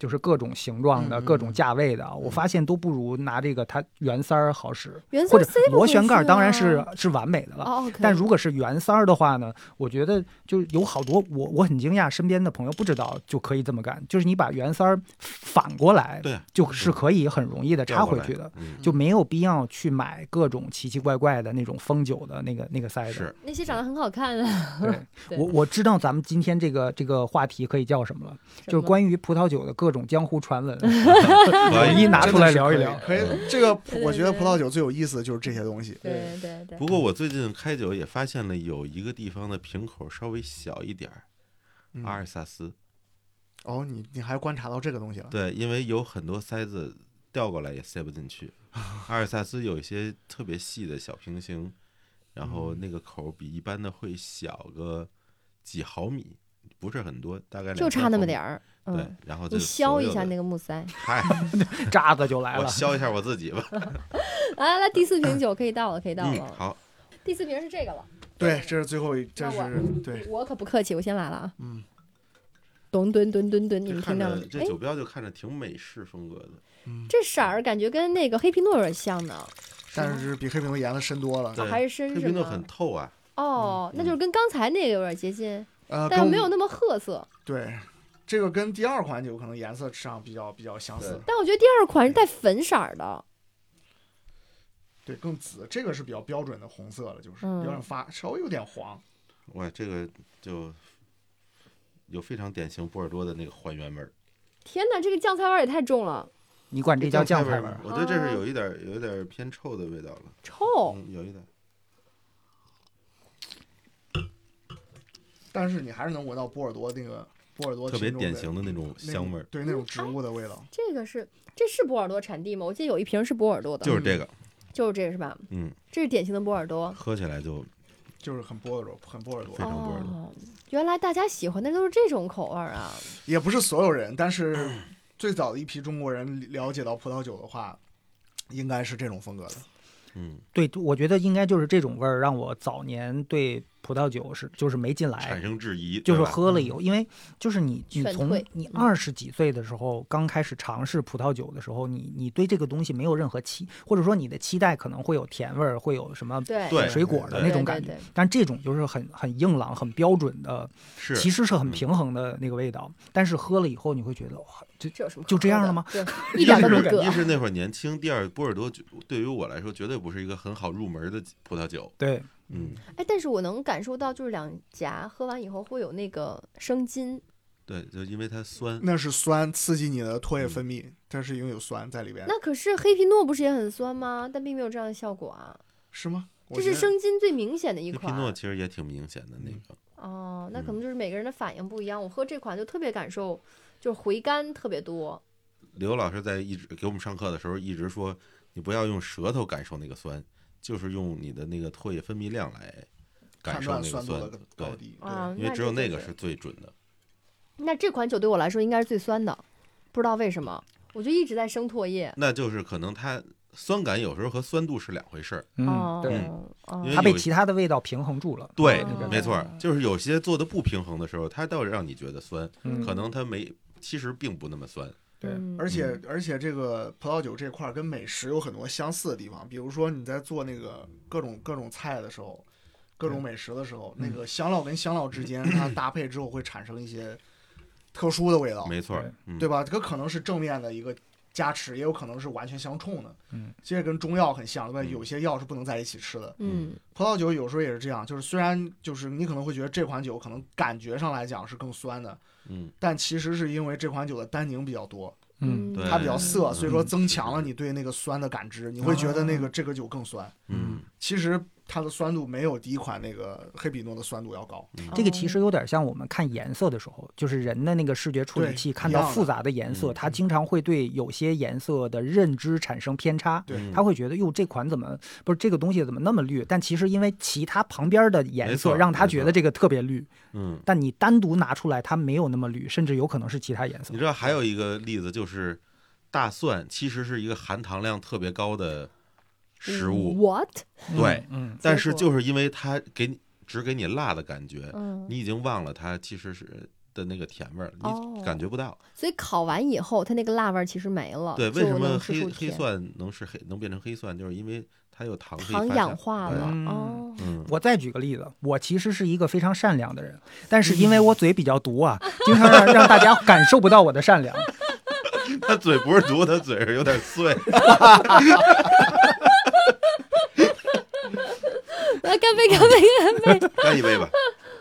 就是各种形状的、各种价位的，我发现都不如拿这个它圆塞儿好使。或者螺旋盖当然是完美的了，但如果是圆塞儿的话呢，我觉得就有好多我很惊讶，身边的朋友不知道就可以这么干，就是你把圆塞儿反过来， 对， 就是可以很容易的插回去的，就没有必要去买各种奇奇怪怪的那种封酒的那个塞子， 是那些长得很好看的。 对，我知道咱们今天这个话题可以叫什么了，就是关于葡萄酒的各种江湖传闻，一拿出来聊一聊。 可以，这个我觉得葡萄酒最有意思的就是这些东西。 对。 不过我最近开酒也发现了有一个地方的瓶口稍微小一点，阿尔萨斯。 哦，你还观察到这个东西了？ 对，因为有很多塞子调过来也塞不进去。阿尔萨斯有一些特别细的小瓶型，然后那个口比一般的会小个几毫米，不是很多，大概就差那么点儿。 对，然后你削一下那个木塞， 嗨， 渣子就来了。 我削一下我自己吧。 来，第4瓶酒可以倒了，可以倒了。 好， 第4瓶是这个了。 对，这是最后一，这是对。 我可不客气，我先来了啊。咚咚咚咚咚，你们听到了？ 这酒标就看着挺美式风格的。 这色儿感觉跟那个黑皮诺有点像呢， 但是比黑皮诺颜色深多了。 还是深是吗？ 黑皮诺很透啊。 哦，那就是跟刚才那个有点接近，但又没有那么褐色。 对。这个跟第2款酒可能颜色上比较相似， 但我觉得第2款是带粉色的， 对，更紫。这个是比较标准的红色了，就是有点稍微有点黄。 哇，这个就有非常典型波尔多的那个还原味儿。 天哪，这个酱菜味也太重了！ 你管这叫酱菜味？ 我对这是有一点偏臭的味道了。 臭？ 有一点。 但是你还是能闻到波尔多特别典型的那种香味儿， 对，那种植物的味道。 这是波尔多产地吗？我记得有一瓶是波尔多的， 就是这个是吧？这是典型的波尔多， 喝起来就是很波尔多， 非常波尔多。 原来大家喜欢的都是这种口味啊！ 也不是所有人，但是最早的一批中国人了解到葡萄酒的话，应该是这种风格的。 对，我觉得应该就是这种味儿让我早年对葡萄酒就是没进来， 产生质疑， 就是喝了以后，因为就是你从你20几岁的时候刚开始尝试葡萄酒的时候，你对这个东西没有任何或者说你的期待可能会有甜味儿，会有什么水果的那种感觉，但这种就是很硬朗、很标准的，其实是很平衡的那个味道，但是喝了以后你会觉得哇，就这样了吗？ 一点都不一是那会儿年轻，第二波尔多对于我来说绝对不是一个很好入门的葡萄酒。 对。 但是我能感受到，就是2颊喝完以后会有那个生津。 对，就因为它酸， 那是酸刺激你的唾液分泌，它是因为有酸在里边。 那可是黑皮诺不是也很酸吗？但并没有这样的效果啊。 是吗？ 这是生津最明显的一款。 黑皮诺其实也挺明显的那个。 哦，那可能就是每个人的反应不一样。我喝这款就特别感受，就是回甘特别多。 刘老师在一直给我们上课的时候一直说，你不要用舌头感受那个酸。就是用你的那个唾液分泌量来感受那个酸，对，因为只有那个是最准的。 那这款酒对我来说应该是最酸的，不知道为什么，我就一直在生唾液。 那就是可能它酸感有时候和酸度是2回事儿。 对，它被其他的味道平衡住了。 对，没错，就是有些做的不平衡的时候，它倒是让你觉得酸，可能它其实并不那么酸。 对， 而且这个葡萄酒这块跟美食有很多相似的地方，比如说你在做那个各种菜的时候，各种美食的时候，那个香料跟香料之间它搭配之后会产生一些特殊的味道， 没错， 对吧？这个可能是正面的一个加持，也有可能是完全相冲的。其实跟中药很像，对吧？有些药是不能在一起吃的。葡萄酒有时候也是这样，就是虽然就是你可能会觉得这款酒可能感觉上来讲是更酸的。但其实是因为这款酒的单宁比较多，它比较涩，所以说增强了你对那个酸的感知，你会觉得这个酒更酸。其实它的酸度没有第一款那个黑比诺的酸度要高。 这个其实有点像我们看颜色的时候，就是人的那个视觉处理器看到复杂的颜色，它经常会对有些颜色的认知产生偏差。他会觉得哟，这款怎么不是这个东西怎么那么绿？但其实因为其他旁边的颜色让他觉得这个特别绿。但你单独拿出来，它没有那么绿，甚至有可能是其他颜色。 你知道还有一个例子就是大蒜其实是一个含糖量特别高的食物。 What？ 对，但是就是因为它只给你辣的感觉，你已经忘了它其实是的那个甜味儿，你感觉不到。 所以烤完以后，它那个辣味其实没了。 对，为什么黑蒜能变成黑蒜，就是因为它有糖氧化了。 我再举个例子，我其实是一个非常善良的人，但是因为我嘴比较毒啊，经常让大家感受不到我的善良。 他嘴不是毒，他嘴是有点碎。 来，干杯！ 干一杯吧。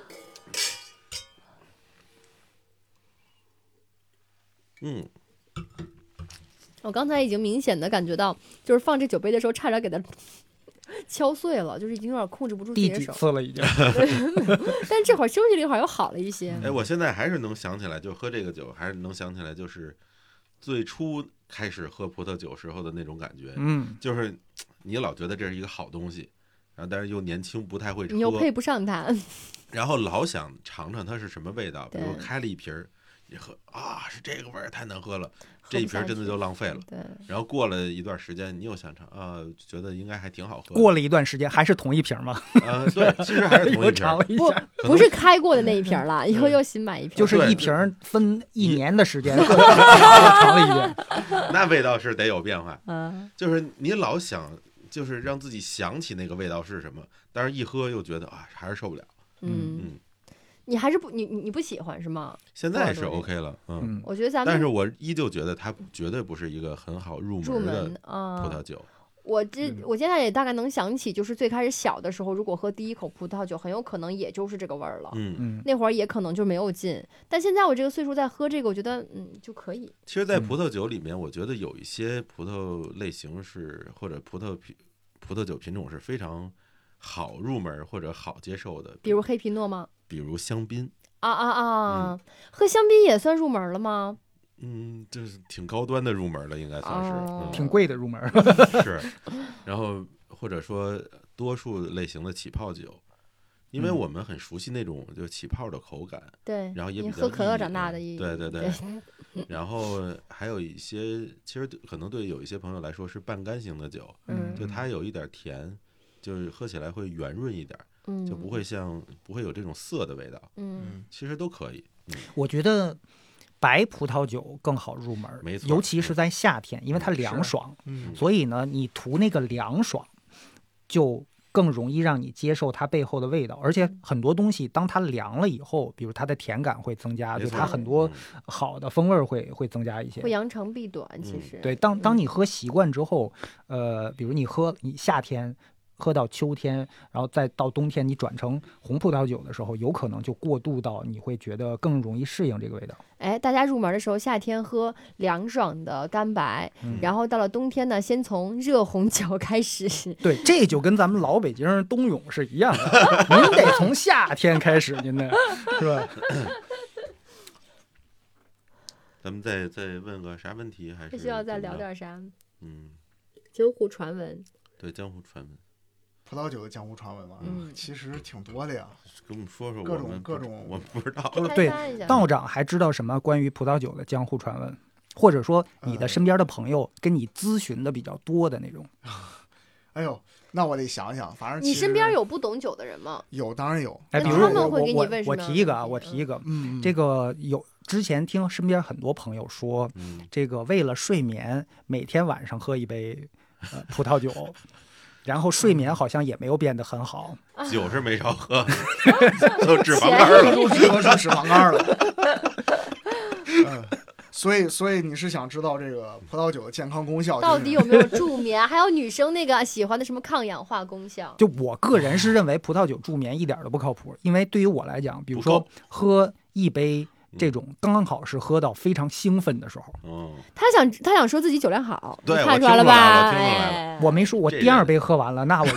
我刚才已经明显的感觉到，就是放这酒杯的时候，差点给它敲碎了，就是已经有点控制不住自己的手。 第几次了已经？ 但这会儿休息了一会儿，又好了一些。 我现在还是能想起来，就喝这个酒，还是能想起来，就是最初开始喝葡萄酒时候的那种感觉。就是你老觉得这是一个好东西，然后但是又年轻，不太会喝， 你又配不上它， 然后老想尝尝它是什么味道。比如开了一瓶，你喝啊，是这个味儿，太难喝了。这一瓶真的就浪费了。 对， 然后过了一段时间，你又想尝啊，觉得应该还挺好喝。 过了一段时间，还是同一瓶吗？ 对，其实还是同一瓶。 不是开过的那一瓶了，以后又新买一瓶。 就是一瓶分1年的时间，尝了一遍。 那味道是得有变化。就是你老想，就是让自己想起那个味道是什么，但是一喝又觉得啊，还是受不了。 你还是不你不喜欢是吗？ 现在是 OK 了， 我觉得咱们， 但是我依旧觉得它绝对不是一个很好入门的葡萄酒。 我现在也大概能想起，就是最开始小的时候，如果喝第一口葡萄酒，很有可能也就是这个味儿了。那会儿也可能就没有劲，但现在我这个岁数在喝这个，我觉得就可以。 其实，在葡萄酒里面，我觉得有一些葡萄类型或者葡萄酒品种是非常好入门或者好接受的， 比如黑皮诺吗？ 比如香槟喝香槟也算入门了吗？ 这是挺高端的入门了，应该算是， 挺贵的入门。 是，然后或者说多数类型的起泡酒，因为我们很熟悉那种就起泡的口感， 对， 然后也比较喝可乐长大的， 对。然后还有一些，其实可能对有一些朋友来说是半干型的酒，就它有一点甜，就是喝起来会圆润一点。就不会有这种涩的味道，其实都可以。 我觉得白葡萄酒更好入门， 没错， 尤其是在夏天，因为它凉爽，所以呢，你图那个凉爽，就更容易让你接受它背后的味道。而且很多东西当它凉了以后，比如它的甜感会增加，就它很多好的风味会增加一些， 会扬长避短。其实对，当你喝习惯之后，比如你夏天喝到秋天，然后再到冬天，你转成红葡萄酒的时候，有可能就过渡到你会觉得更容易适应这个味道。 大家入门的时候，夏天喝凉爽的干白，然后到了冬天呢，先从热红酒开始。 对，这就跟咱们老北京人冬泳是一样的，您得从夏天开始，您得是吧？ 咱们再问个啥问题？还是需要再聊点啥？ 江湖传闻。 对，江湖传闻。 葡萄酒的江湖传闻嘛，其实挺多的呀。 跟我们说说， 各种， 我不知道。 对，道长还知道什么关于葡萄酒的江湖传闻，或者说你的身边的朋友跟你咨询的比较多的那种？ 哎呦，那我得想想，反正你身边有不懂酒的人吗？ 有，当然有。 比如我提一个这个之前听身边很多朋友说，这个为了睡眠，每天晚上喝一杯葡萄酒。然后睡眠好像也没有变得很好， 酒是没少喝，都脂肪肝了， 都是脂肪肝了。所以你是想知道这个葡萄酒的健康功效到底有没有助眠？还有女生那个喜欢的什么抗氧化功效？ 就我个人是认为葡萄酒助眠一点都不靠谱，因为对于我来讲，比如说喝一杯。这种刚刚好是喝到非常兴奋的时候， 他想说自己酒量好， 对， 看出来了吧？ 我没说，我第2杯喝完了，那我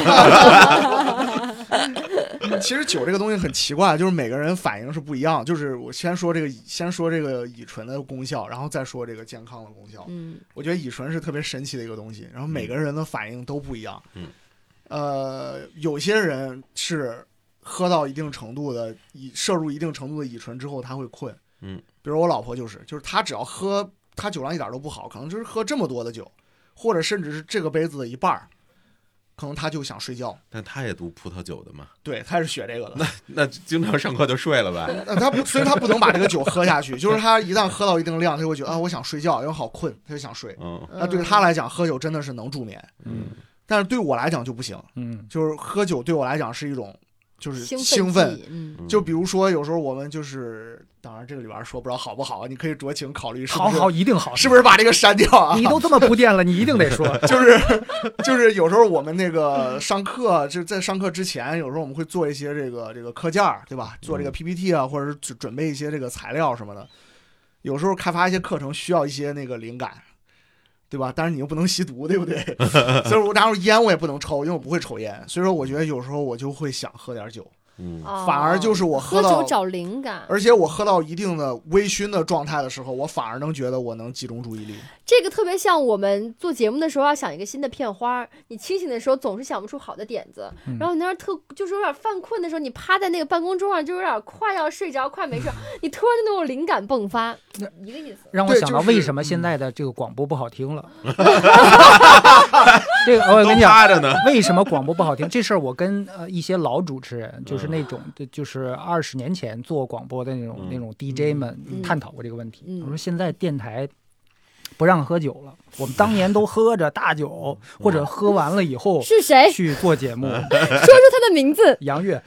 就其实酒这个东西很奇怪，就是每个人反应是不一样。就是我先说这个乙醇的功效，然后再说这个健康的功效。我觉得乙醇是特别神奇的一个东西，然后每个人的反应都不一样。有些人是。喝到一定程度的摄入一定程度的乙醇之后，他会困。比如我老婆就是她只要喝，她酒量一点都不好，可能就是喝这么多的酒，或者甚至是这个杯子的一半， 可能他就想睡觉。 但他也读葡萄酒的嘛？ 对，他是学这个的。 那经常上课就睡了吧？ 所以他不能把这个酒喝下去，就是他一旦喝到一定量，他就会觉得我想睡觉，因为好困，他就想睡。那对他来讲，喝酒真的是能助眠。但是对我来讲就不行。就是喝酒对我来讲是一种就是兴奋。就比如说有时候我们就是，当然这个里边说不知道好不好，你可以酌情考虑是不是。 好，一定好。 是不是把这个删掉啊？ 你都这么铺垫了，你一定得说。 就是有时候我们那个上课，就在上课之前，有时候我们会做一些这个课件，对吧？做这个 PPT 啊，或者是准备一些这个材料什么的。有时候开发一些课程需要一些那个灵感，对吧？但是你又不能吸毒，对不对？所以我然后烟我也不能抽，因为我不会抽烟。所以说我觉得有时候我就会想喝点酒。反而就是我喝酒找灵感， 而且我喝到一定的微醺的状态的时候，我反而能觉得我能集中注意力。 这个特别像我们做节目的时候要想一个新的片花，你清醒的时候总是想不出好的点子，然后你那就是有点犯困的时候，你趴在那个办公桌上就有点快要睡着，快没睡，你突然就那种灵感迸发，一个意思。 让我想到为什么现在的这个广播不好听了。这个我跟你讲，为什么广播不好听？这事儿我跟一些老主持人，就是那种就是20年前做广播的那种 DJ 们探讨过这个问题。我说现在电台不让喝酒了，我们当年都喝着大酒，或者喝完了以后是谁去做节目？说出他的名字， 杨越。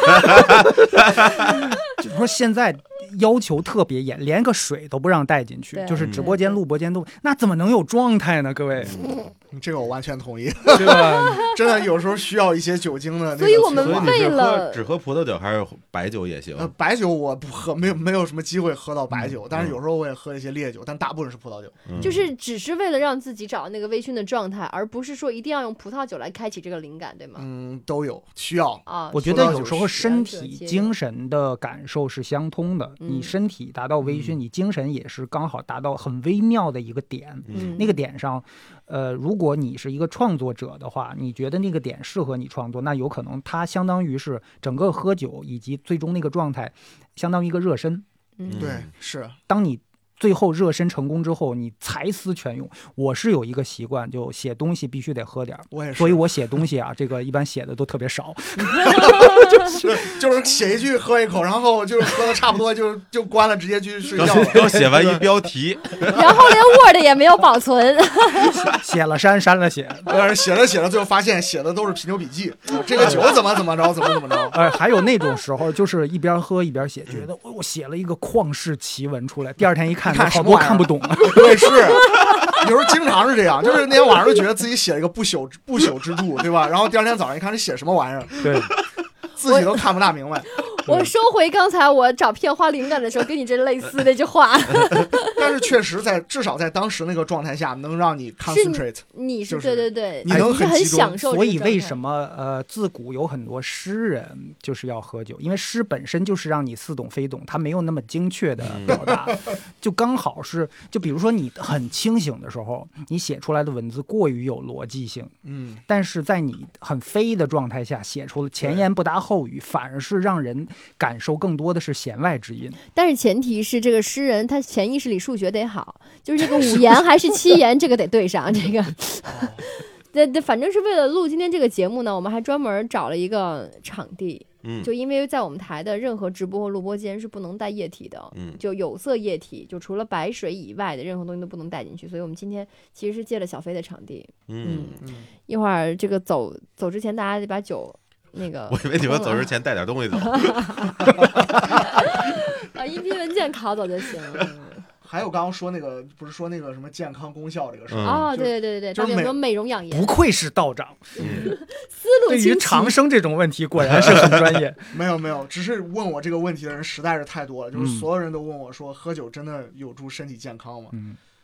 就说现在要求特别严，连个水都不让带进去，就是直播间、录播间都，那怎么能有状态呢？各位， 这个我完全同意， 对吧？ 真的有时候需要一些酒精的。 所以我们为了只喝葡萄酒还是白酒也行？ 白酒我不喝，没有什么机会喝到白酒，但是有时候我也喝一些烈酒，但大部分是葡萄酒。 就是只是为了让自己找到那个微醺的状态，而不是说一定要用葡萄酒来开启这个灵感，对吗？ 都有需要啊。 我觉得有时候身体、精神的感受是相通的。你身体达到微醺，你精神也是刚好达到很微妙的一个点。那个点上，如果你是一个创作者的话，你觉得那个点适合你创作，那有可能它相当于是整个喝酒以及最终那个状态，相当于一个热身。 对，是当你最后热身成功之后，你才思泉涌。我是有一个习惯，就写东西必须得喝点， 我也是， 所以我写东西啊，这个一般写的都特别少， 就是写一句喝一口，然后就是喝的差不多就关了，直接去睡觉了。 刚写完一标题， 然后连 Word 也没有保存， 写了删了写， 写着最后发现写的都是啤酒笔记，这个酒怎么着。 还有那种时候，就是一边喝一边写，觉得我写了一个旷世奇文出来，第二天一看好多看不懂了。 对，是有时候经常是这样，就是那天晚上就觉得自己写了一个不朽之著，对吧？然后第二天早上一看，这写什么玩意儿？ 对， 自己都看不大明白。 我收回刚才我找片花灵感的时候跟你这类似那句话。 但是确实至少在当时那个状态下，能让你 concentrate， 你是对， 你能很享受。 所以为什么自古有很多诗人就是要喝酒？因为诗本身就是让你似懂非懂，它没有那么精确的表达，就刚好是，就比如说你很清醒的时候，你写出来的文字过于有逻辑性，但是在你很飞的状态下写出了前言不搭后语，反而是让人感受更多的是弦外之音。 但是前提是这个诗人他潜意识里数学得好，就是这个5言还是7言这个得对上。这个反正是为了录今天这个节目呢，我们还专门找了一个场地，就因为在我们台的任何直播或录播间是不能带液体的，就有色液体，就除了白水以外的任何东西都不能带进去，所以我们今天其实是借了小飞的场地。一会儿这个走之前大家得把酒那个， 我以为你们走之前带点东西走。 把音频文件拷走就行。 还有刚刚说那个，不是说那个什么健康功效这个事儿对， 就是有没有美容养颜？ 不愧是道长， 思路清晰。 对于长生这种问题，果然是很专业。 没有，只是问我这个问题的人实在是太多了，就是所有人都问我说，喝酒真的有助身体健康吗？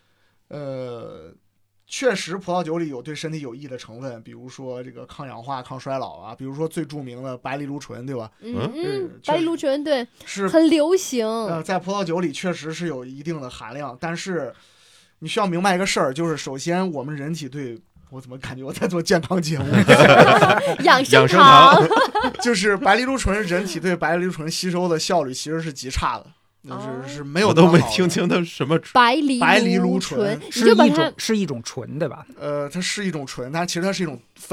确实，葡萄酒里有对身体有益的成分，比如说这个抗氧化、抗衰老啊，比如说最著名的白藜芦醇，对吧？ 白藜芦醇对是很流行。 在葡萄酒里确实是有一定的含量，但是你需要明白一个事儿，就是首先我们人体对，我怎么感觉我在做健康节目？ 养生堂， 就是白藜芦醇，人体对白藜芦醇吸收的效率其实是极差的。是没有， 我都没听清它什么白藜芦醇是一种醇，对吧？ 它是一种醇，但其实它是一种分类，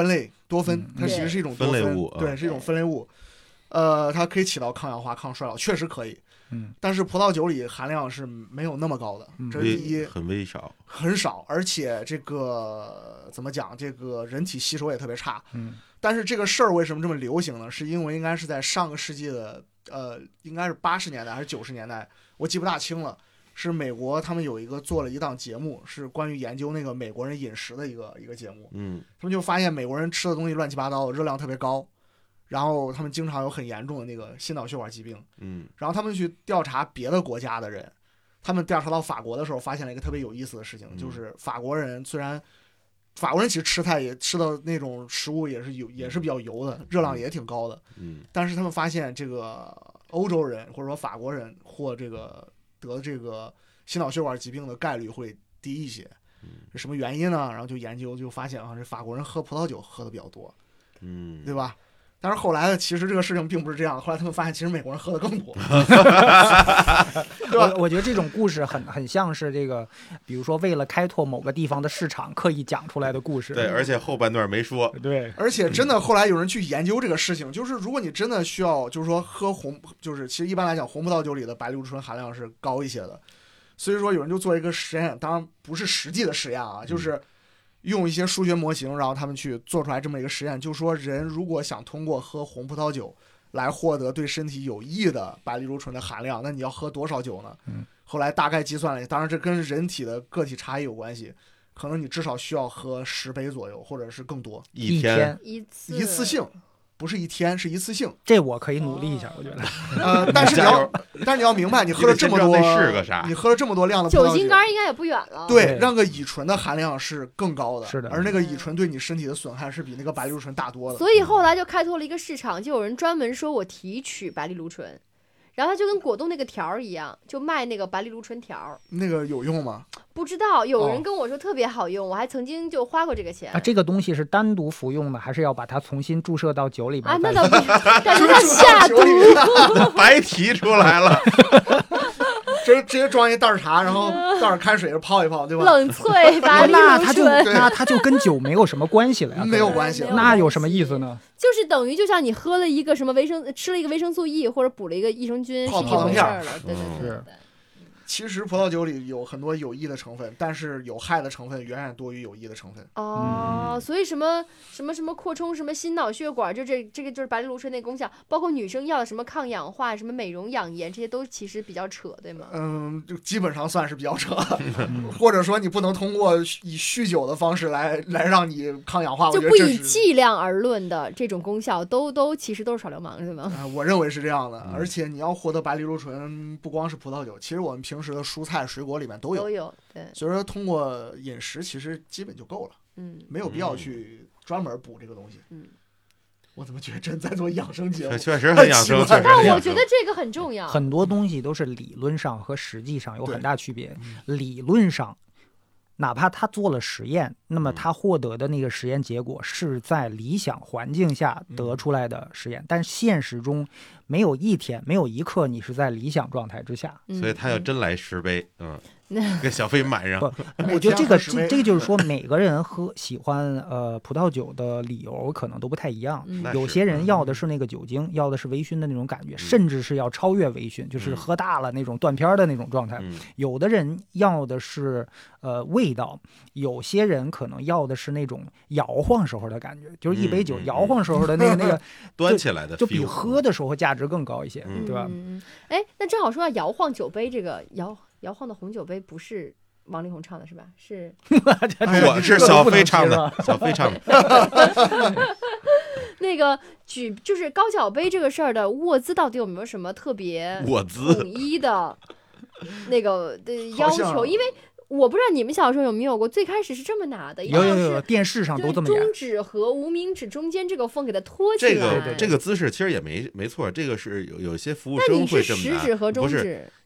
多酚，它其实是一种多酚类物， 对，是一种酚类物。它可以起到抗氧化、抗衰老，确实可以。但是葡萄酒里含量是没有那么高的，这是第一， 很微少， 很少，而且这个怎么讲，这个人体吸收也特别差。但是这个事儿为什么这么流行呢？是因为应该是在上个世纪的应该是80年代还是90年代，我记不大清了。是美国他们有一个做了一档节目，是关于研究那个美国人饮食的一个节目。他们就发现美国人吃的东西乱七八糟，热量特别高。然后他们经常有很严重的那个心脑血管疾病，然后他们去调查别的国家的人，他们调查到法国的时候，发现了一个特别有意思的事情，就是法国人虽然法国人其实吃菜也吃的那种食物也是比较油的，热量也挺高的，但是他们发现这个欧洲人或者说法国人或这个得这个心脑血管疾病的概率会低一些，是什么原因呢？然后就研究就发现这法国人喝葡萄酒喝的比较多，对吧？但是后来呢，其实这个事情并不是这样。后来他们发现，其实美国人喝的更多，对吧？ 我觉得这种故事很像是这个，比如说为了开拓某个地方的市场，刻意讲出来的故事。 对，而且后半段没说。 对， 而且真的后来有人去研究这个事情，就是如果你真的需要，就是说喝就是其实一般来讲，红葡萄酒里的白藜芦醇含量是高一些的。所以说有人就做一个实验，当然不是实际的实验啊，就是用一些数学模型，然后他们去做出来这么一个实验，就是说人如果想通过喝红葡萄酒来获得对身体有益的白藜芦醇的含量，那你要喝多少酒呢？后来大概计算了，当然这跟人体的个体差异有关系，可能你至少需要喝10杯左右，或者是更多。 一天一次性，不是一天，是一次性。 这我可以努力一下，我觉得。 但是你要明白，你喝了这么多，你喝了这么多量的葡萄酒， 酒精肝应该也不远了。 对，让个乙醇的含量是更高的， 是的。 而那个乙醇对你身体的损害是比那个白藜芦醇大多的。 所以后来就开拓了一个市场，就有人专门说我提取白藜芦醇。然后它就跟果冻那个条一样，就卖那个白藜芦醇条。 那个有用吗？ 不知道，有人跟我说特别好用，我还曾经就花过这个钱。 这个东西是单独服用的，还是要把它重新注射到酒里边？ 那倒不是，感觉它下毒， 白提出来了。 直接装一袋茶，然后倒点开水泡一泡，对吧？ 冷萃白藜芦醇， 那它就跟酒没有什么关系了呀？ 没有关系， 那有什么意思呢？ 就是等于就像你喝了一个什么吃了一个维生素 E 或者补了一个益生菌， 泡一回事了。对。 其实葡萄酒里有很多有益的成分，但是有害的成分远远多于有益的成分。 所以什么扩充什么心脑血管，这个就是白藜芦醇那功效，包括女生要的什么抗氧化、什么美容养颜，这些都其实比较扯，对吗？ 就基本上算是比较扯，或者说你不能通过以酗酒的方式来让你抗氧化， 就不以剂量而论的这种功效，都其实都是耍流氓，是吗？ 我认为是这样的，而且你要获得白藜芦醇，不光是葡萄酒，其实我们平时的蔬菜水果里面都有， 对， 所以说通过饮食其实基本就够了，没有必要去专门补这个东西。我怎么觉得真在做养生节目？ 确实很养生， 但我觉得这个很重要。 很多东西都是理论上和实际上有很大区别。理论上，哪怕他做了实验，那么他获得的那个实验结果是在理想环境下得出来的实验，但现实中没有一天、没有一刻你是在理想状态之下。 所以他要真来10杯，跟小飞买上。 我觉得这个就是说，每个人喜欢葡萄酒的理由可能都不太一样。有些人要的是那个酒精，要的是微醺的那种感觉，甚至是要超越微醺，就是喝大了那种断片的那种状态。有的人要的是味道，有些人可能要的是那种摇晃时候的感觉，就是一杯酒摇晃时候的那个端起来的， 就比喝的时候价值更高一些，对吧？ 那正好说到摇晃酒杯，这个摇晃的红酒杯不是王力宏唱的是吧？是我是小飞唱的，小飞唱的。 那个就是高脚杯这个事儿的握姿到底有没有什么特别统一的那个的要求？因为我不知道你们小时候有没有过，最开始是这么拿的， 有电视上都这么演， 中指和无名指中间这个缝给它托起来。 这个姿势其实也没错，这个是有些服务生会这么拿， 那你是食指和中指？ 不是，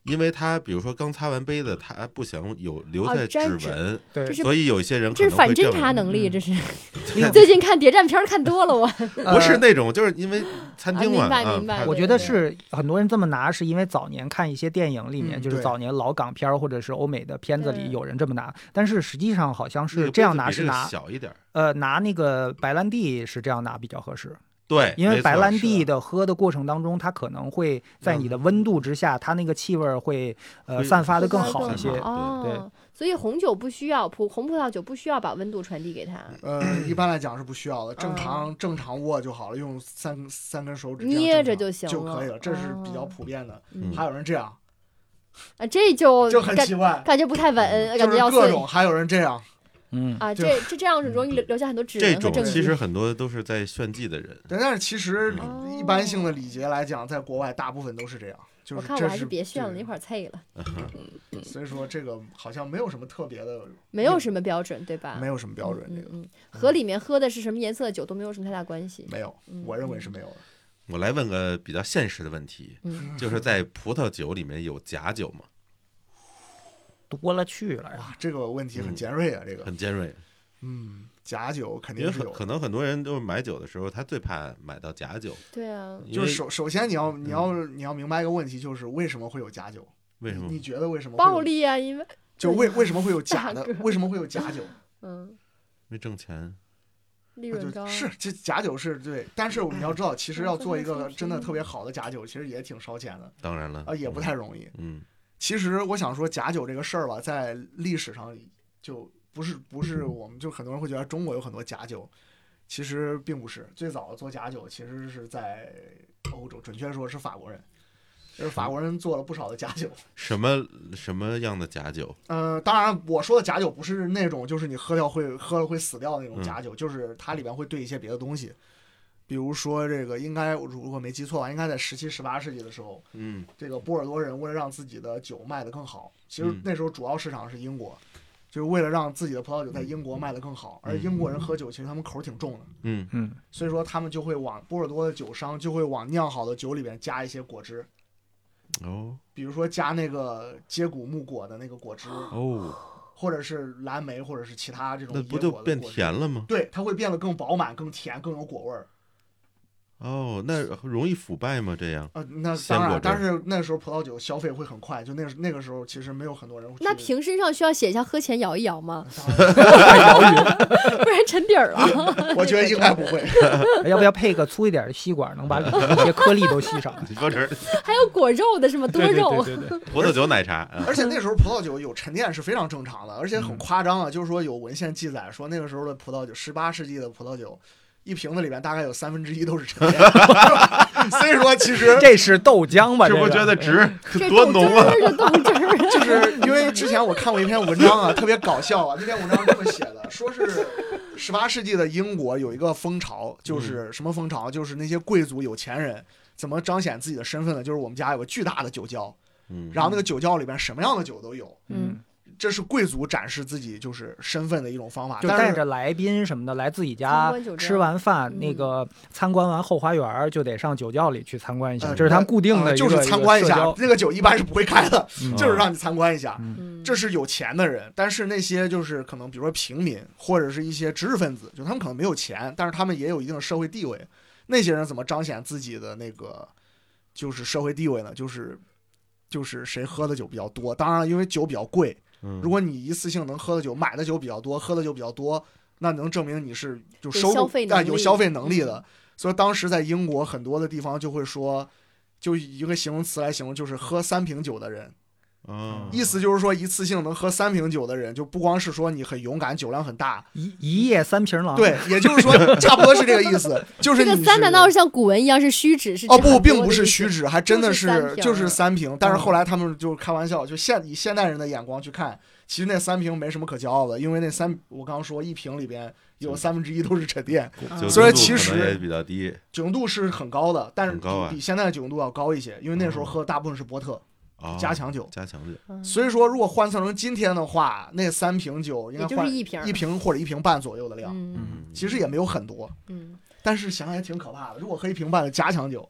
因为它比如说刚擦完杯子，它不想有留下指纹， 对， 所以有一些人这是反侦查能力，这是。最近看谍战片看多了，我不是那种，就是因为餐厅嘛， 明白。 我觉得是很多人这么拿，是因为早年看一些电影里面，就是早年老港片或者是欧美的片子里有人这么拿，但是实际上好像是这样拿是拿小一点， 拿那个白兰地是这样拿比较合适。 对， 因为白兰地的喝的过程当中，它可能会在你的温度之下，它那个气味会散发的更好一些。对， 所以红酒不需要红葡萄酒不需要把温度传递给它。 一般来讲是不需要的，正常握就好了，用三根手指捏着就行就可以了，这是比较普遍的。还有人这样这就很奇怪， 感觉不太稳，感觉要各种，还有人这样。 这样容易留下很多指纹和证据。 其实很多都是在炫技的人。 对，但是其实一般性的礼节来讲，在国外大部分都是这样。就是我看我还是别炫了，一会儿脆了。 所以说这个好像没有什么特别的， 没有什么标准，对吧？ 没有什么标准，这个和里面喝的是什么颜色的酒都没有什么太大关系。 没有，我认为是没有的。 我来问个比较现实的问题，就是在葡萄酒里面有假酒吗？ 多了去了呀， 这个问题很尖锐啊，这个很尖锐。 假酒肯定是有， 可能很多人都是买酒的时候，他最怕买到假酒。 对啊， 就是首先你要明白一个问题，就是为什么会有假酒？ 为什么？ 你觉得为什么暴利啊？因为就为什么会有假的？为什么会有假酒？ 没挣钱， 利润高。 是这假酒是对，但是你要知道，其实要做一个真的特别好的假酒，其实也挺烧钱的。 当然了， 也不太容易。其实我想说，假酒这个事儿吧，在历史上就不是我们就很多人会觉得中国有很多假酒，其实并不是。最早做假酒其实是在欧洲，准确说是法国人，就是法国人做了不少的假酒。什么样的假酒？ 当然我说的假酒不是那种就是你喝了会死掉的那种假酒，就是它里边会兑一些别的东西。比如说这个应该如果没记错吧，应该在17、18世纪的时候，这个波尔多人为了让自己的酒卖得更好，其实那时候主要市场是英国，就是为了让自己的葡萄酒在英国卖得更好，而英国人喝酒其实他们口挺重的，所以说他们就会往波尔多的酒商就会往酿好的酒里边加一些果汁，比如说加那个接骨木果的那个果汁，或者是蓝莓或者是其他这种野果的果汁， 那不就变甜了吗？ 对，它会变得更饱满、更甜、更有果味儿。 那容易腐败吗？这样？ 那当然，但是那时候葡萄酒消费会很快，就那个时候其实没有很多人会。 那瓶身上需要写一下喝前摇一摇吗？不然沉底儿了。 我觉得应该不会。 要不要配个粗一点的吸管，能把里面一些颗粒都吸上？ 还有果肉的是吗？多肉。 对。 葡萄酒奶茶。 而且那时候葡萄酒有沉淀是非常正常的，而且很夸张啊，就是说有文献记载说那个时候的葡萄酒，18世纪的葡萄酒。一瓶子里面大概有1/3都是沉淀，所以说其实这是豆浆吧？ 是不是觉得值多浓啊？ 就是因为之前我看过一篇文章啊，特别搞笑啊。那篇文章这么写的，说是18世纪的英国有一个风潮，就是什么风潮？就是那些贵族有钱人怎么彰显自己的身份呢？就是我们家有个巨大的酒窖，然后那个酒窖里边什么样的酒都有，这是贵族展示自己就是身份的一种方法， 就带着来宾什么的来自己家吃完饭，那个参观完后花园就得上酒窖里去参观一下，这是他们固定的一个就是参观一下。那个酒一般是不会开的，就是让你参观一下。这是有钱的人，但是那些就是可能比如说平民或者是一些知识分子，就他们可能没有钱，但是他们也有一定的社会地位。那些人怎么彰显自己的那个就是社会地位呢？就是谁喝的酒比较多。当然了，因为酒比较贵。如果你一次性能喝的酒买的酒比较多，喝的酒比较多，那能证明你是就收入有消费能力的。所以当时在英国很多的地方就会说，就一个形容词来形容，就是喝3瓶酒的人。意思就是说一次性能喝3瓶酒的人，就不光是说你很勇敢，酒量很大， 一夜3瓶了。 对，也就是说差不多是这个意思。就是这个3难道是像古文一样是虚指？是不，并不是虚指，还真的是就是3瓶。但是后来他们就开玩笑，就以现代人的眼光去看，其实那3瓶没什么可骄傲的，因为我刚刚说1瓶里边有1/3都是沉淀，所以其实也比较低， 酒精度是很高的，但是比现在的酒精度要高一些，因为那时候喝的大部分是波特。加强酒，所以说如果换算成今天的话，那3瓶酒应该换1瓶或者1瓶半左右的量，其实也没有很多，但是想想也挺可怕的。如果喝1瓶半的加强酒，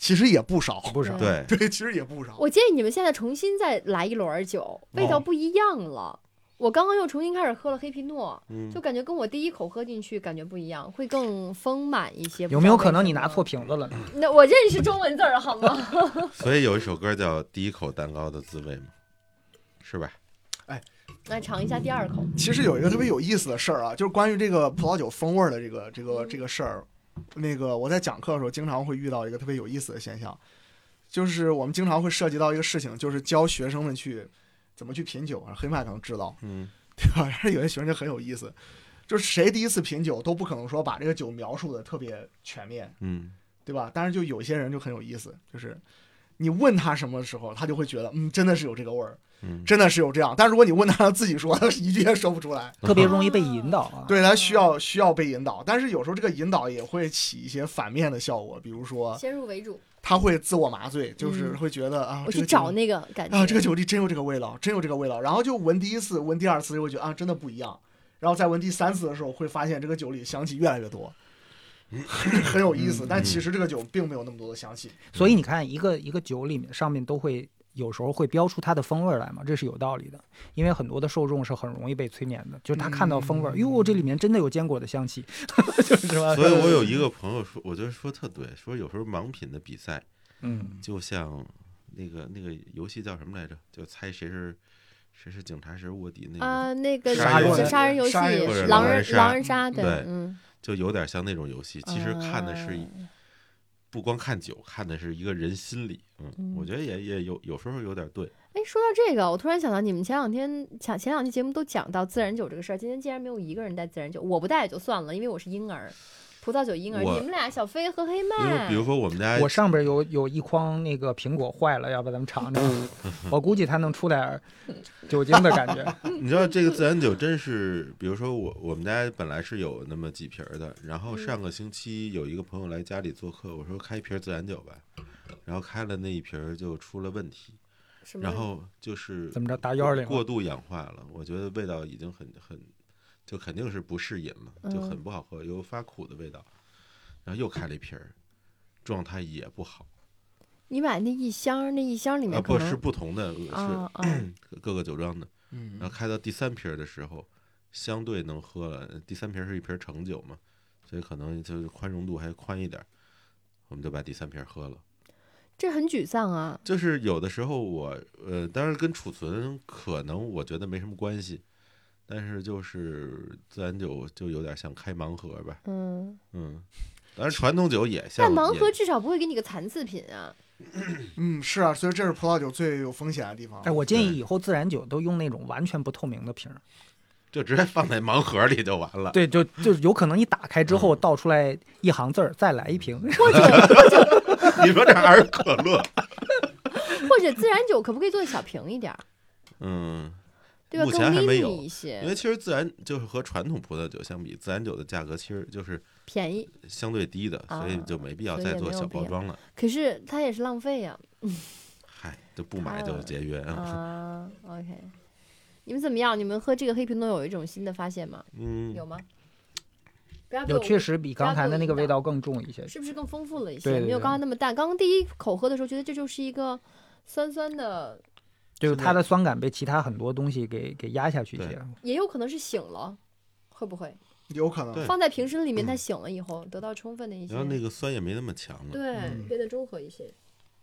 其实也不少， 对， 其实也不少。 我建议你们现在重新再来一轮酒，味道不一样了。我刚刚又重新开始喝了黑皮诺，就感觉跟我第一口喝进去感觉不一样，会更丰满一些。 有没有可能你拿错瓶子了呢？ 那我认识中文字儿好吗？ 所以有一首歌叫《第一口蛋糕的滋味》嘛，是吧？ 哎， 来尝一下第二口。 其实有一个特别有意思的事儿啊，就是关于这个葡萄酒风味的这个事儿。那个我在讲课的时候经常会遇到一个特别有意思的现象，就是我们经常会涉及到一个事情，就是教学生们去怎么去品酒，黑麦可能知道，对吧？但是有些学生就很有意思，就是谁第一次品酒都不可能说把这个酒描述的特别全面，对吧？但是就有些人就很有意思，就是你问他什么的时候，他就会觉得真的是有这个味儿，真的是有这样。但如果你问他自己说，他一句也说不出来， 特别容易被引导啊。 对，他需要被引导，但是有时候这个引导也会起一些反面的效果，比如说先入为主， 他会自我麻醉，就是会觉得我去找那个感觉啊，这个酒里真有这个味道，真有这个味道。然后就闻第一次、闻第二次就会觉得真的不一样。然后再闻第三次的时候，会发现这个酒里香气越来越多，很有意思。但其实这个酒并没有那么多的香气。 所以你看，一个酒里面上面都会有时候会标出它的风味来嘛，这是有道理的。因为很多的受众是很容易被催眠的，就是他看到风味，哟，这里面真的有坚果的香气，就是吧？ 所以我有一个朋友说，我觉得说特对，说有时候盲品的比赛，就像那个游戏叫什么来着？就猜谁是警察，谁是卧底那个啊，那个杀人游戏，狼人杀， 对，就有点像那种游戏。其实看的是不光看酒，看的是一个人心理。我觉得也有时候有点对。 哎，说到这个，我突然想到，你们前两期节目都讲到自然酒这个事儿，今天竟然没有一个人带自然酒，我不带也就算了，因为我是婴儿。葡萄酒婴儿，你们俩小飞和黑麦， 比如说我们家， 我上边有一筐那个苹果坏了，要不咱们尝尝？我估计它能出点酒精的感觉。 你知道这个自然酒真是，比如说我们家本来是有那么几瓶的，然后上个星期有一个朋友来家里做客，我说开一瓶自然酒吧，然后开了那一瓶就出了问题，然后就是怎么着打120 过度氧化了，我觉得味道已经很。就肯定是不适饮了，就很不好喝，有发苦的味道。然后又开了一瓶，状态也不好。 你买那一箱里面不是不同的，是各个酒庄的。然后开到第3瓶的时候，相对能喝了。第3瓶是一瓶橙酒嘛，所以可能就是宽容度还宽一点，我们就把第3瓶喝了。 这很沮丧啊！ 就是有的时候我当然跟储存可能我觉得没什么关系。但是就是自然酒就有点像开盲盒吧，当然传统酒也像， 但盲盒至少不会给你个残次品啊。 是啊，所以这是葡萄酒最有风险的地方。 哎，我建议以后自然酒都用那种完全不透明的瓶， 就直接放在盲盒里就完了。 对，就有可能你打开之后倒出来一行字儿，再来一瓶。 或者你说这还是可乐？ 或者自然酒可不可以做的小瓶一点？ 目前还没有， 因为其实自然就是和传统葡萄酒相比，自然酒的价格其实就是便宜， 相对低的，所以就没必要再做小包装了。 可是它也是浪费呀。 嗨，就不买就节约啊。OK， 你们怎么样？你们喝这个黑皮诺有一种新的发现吗？有吗？ 有，确实比刚才的那个味道更重一些， 是不是更丰富了一些？ 对， 没有刚才那么淡。刚刚第一口喝的时候，觉得这就是一个酸酸的。 就是它的酸感被其他很多东西给压下去一些， 也有可能是醒了，会不会？ 有可能放在瓶身里面，它醒了以后得到充分的一些， 然后那个酸也没那么强了， 对，变得中和一些。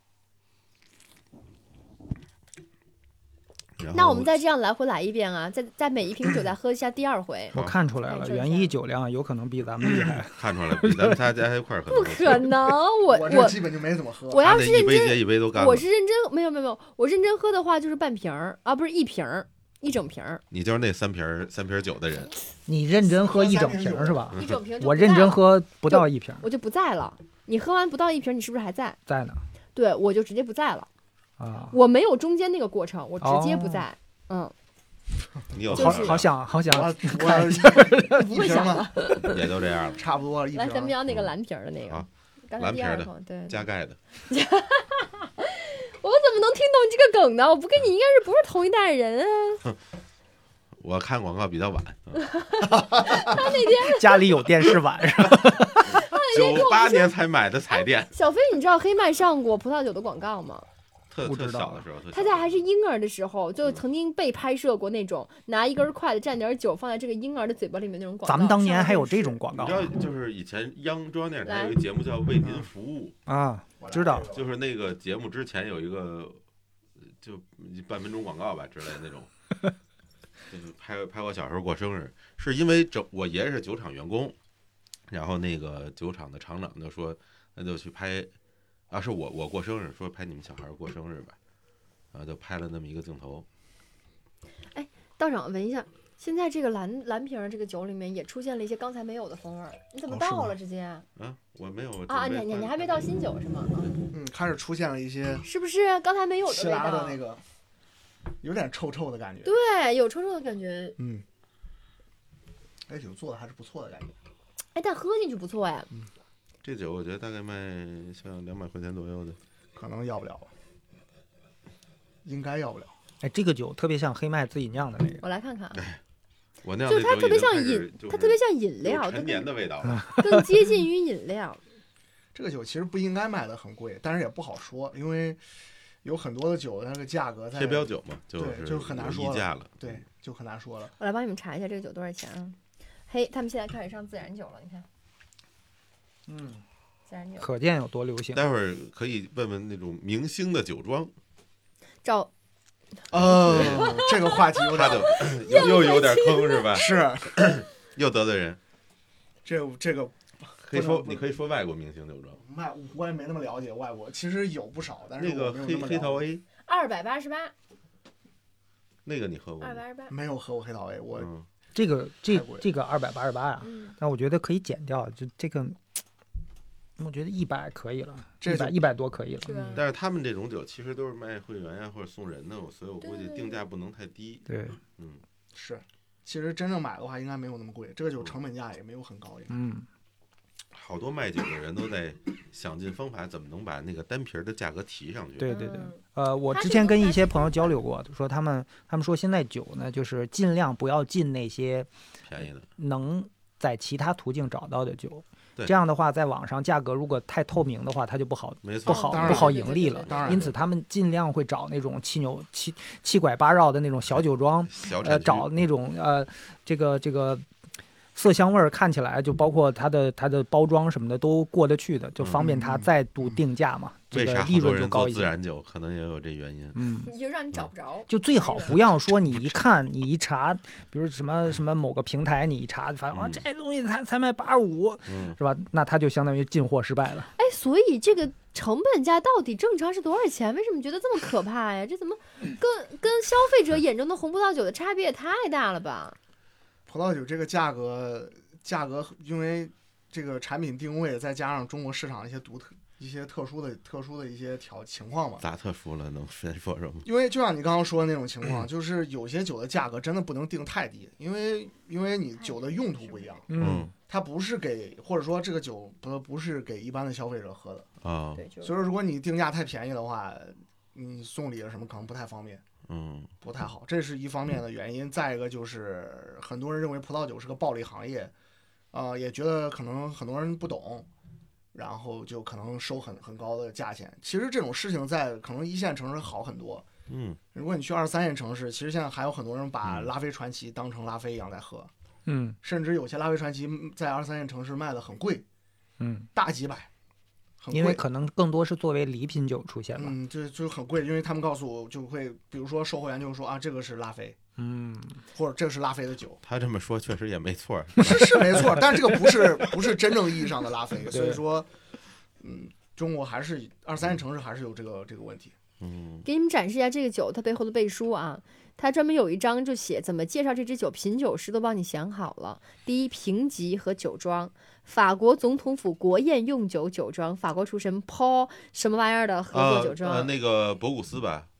那我们再这样来回来一遍啊，在每一瓶酒再喝一下第2回。 我看出来了，原一酒量有可能比咱们厉害。 看出来比咱们仨加一块儿不可能，我这基本就没怎么喝。 我要是认真， 一杯接一杯都干了。 我是认真，没有，我认真喝的话就是半瓶啊，不是一瓶，一整瓶。 你就是那3瓶酒的人。 你认真喝一整瓶是吧？ 一整瓶。 我认真喝不到1瓶， 我就不在了。你喝完不到1瓶，你是不是还在？ 在呢。 对，我就直接不在了。 啊， 我没有中间那个过程，我直接不在。 你有好想我不会想了， 也就这样了， 差不多一瓶。 来，咱们要那个蓝瓶的那个， 蓝瓶的， 对， 加钙的。 我怎么能听懂这个梗呢？我不跟你应该是不是同一代人啊？ 我看广告比较晚。 他那天家里有电视晚是吧？ 他那 98年才买的彩电。 小飞，你知道黑麦上过葡萄酒的广告吗？ 特小的时候， 他在还是婴儿的时候，就曾经被拍摄过那种拿一根筷子蘸点酒放在这个婴儿的嘴巴里面那种广告。 咱们当年还有这种广告， 你知道，就是以前中央电视台有一个节目叫《为您服务》 啊，知道， 就是那个节目之前有一个就半分钟广告吧之类的那种，就是拍我小时候过生日，是因为我爷爷是酒厂员工，然后那个酒厂的厂长就说，那就去拍。是我过生日，说拍你们小孩过生日吧，然后就拍了那么一个镜头。 哎，道长闻一下，现在这个蓝瓶这个酒里面也出现了一些刚才没有的风味，你怎么倒了直接？ 我没有啊，你还没倒新酒是吗？ 开始出现了一些， 是不是刚才没有的味道？的那个有点臭的感觉。 对，有臭的感觉。 酒做的还是不错的感觉。 但喝进去不错哎。 这酒我觉得大概卖像200块钱左右的， 可能要不了，应该要不了。 这个酒特别像黑麦自己酿的那个。 我来看看。 我酿就是它特别像它特别像饮料， 陈年的味道， 更接近于饮料。 这个酒其实不应该卖的很贵，但是也不好说，因为有很多的酒那个价格贴标酒嘛， 就很难说了。 对，就很难说了。 我来帮你们查一下这个酒多少钱啊？他们现在开始上自然酒了，你看。自然酒可见有多流行。 待会儿可以问问那种明星的酒庄。 这个话题又有点坑是吧？ 是， 又得罪人。 这个你可以说外国明星酒庄。 我也没那么了解外国，其实有不少，但是那个黑桃 A 288， 那个你喝过吗 ？288 没有喝过黑桃 A， 这个288啊，那我觉得可以减掉，就这个。我觉得100可以了，100多可以了。 但是他们这种酒其实都是卖会员呀或者送人的，所以我估计定价不能太低。 对， 是，其实真正买的话应该没有那么贵，这个酒成本价也没有很高。 好多卖酒的人都在想尽方法，怎么能把那个单瓶的价格提上去。 对，我之前跟一些朋友交流过，说他们说现在酒呢，就是尽量不要进那些便宜的， 能在其他途径找到的酒。这样的话，在网上价格如果太透明的话，它就不好盈利了。因此，他们尽量会找那种七拐八绕的那种小酒庄，找那种这个色香味儿看起来就包括它的包装什么的都过得去的，就方便它再度定价嘛。这个利润就高一些。 自然酒可能也有这原因。 就让你找不着。 就最好不要说你一看你一查，比如什么某个平台你一查，发现这东西才卖85，是吧？那它就相当于进货失败了。 所以这个成本价到底正常是多少钱？为什么觉得这么可怕呀？这怎么跟消费者眼中的红葡萄酒的差别也太大了吧？ 葡萄酒这个价格，因为这个产品定位，再加上中国市场一些特殊的一些情况吧。 咋特殊了？能说什么？ 因为就像你刚刚说的那种情况，就是有些酒的价格真的不能定太低，因为你酒的用途不一样。它不是或者说这个酒不是给一般的消费者喝的啊。 所以说，如果你定价太便宜的话，你送礼什么可能不太方便。不太好，这是一方面的原因。再一个就是很多人认为葡萄酒是个暴利行业，也觉得可能很多人不懂，然后就可能收很高的价钱。其实这种事情在可能1线城市好很多。如果你去2、3线城市，其实现在还有很多人把拉菲传奇当成拉菲一样在喝。甚至有些拉菲传奇在2、3线城市卖的很贵，大几百。 因为可能更多是作为礼品酒出现嘛， 就很贵，因为他们告诉我就会，比如说售货员就说这个是拉菲，或者这个是拉菲的酒。 他这么说确实也没错， 是没错，但这个不是真正意义上的拉菲，所以说，中国还是2、3线城市还是有这个问题。 给你们展示一下这个酒它背后的背书啊，它专门有一章就写怎么介绍这支酒，品酒师都帮你想好了。第一，评级和酒庄。法国总统府国宴用酒酒庄，法国出身 Paul 什么玩意儿的合作酒庄？ 那个博古斯吧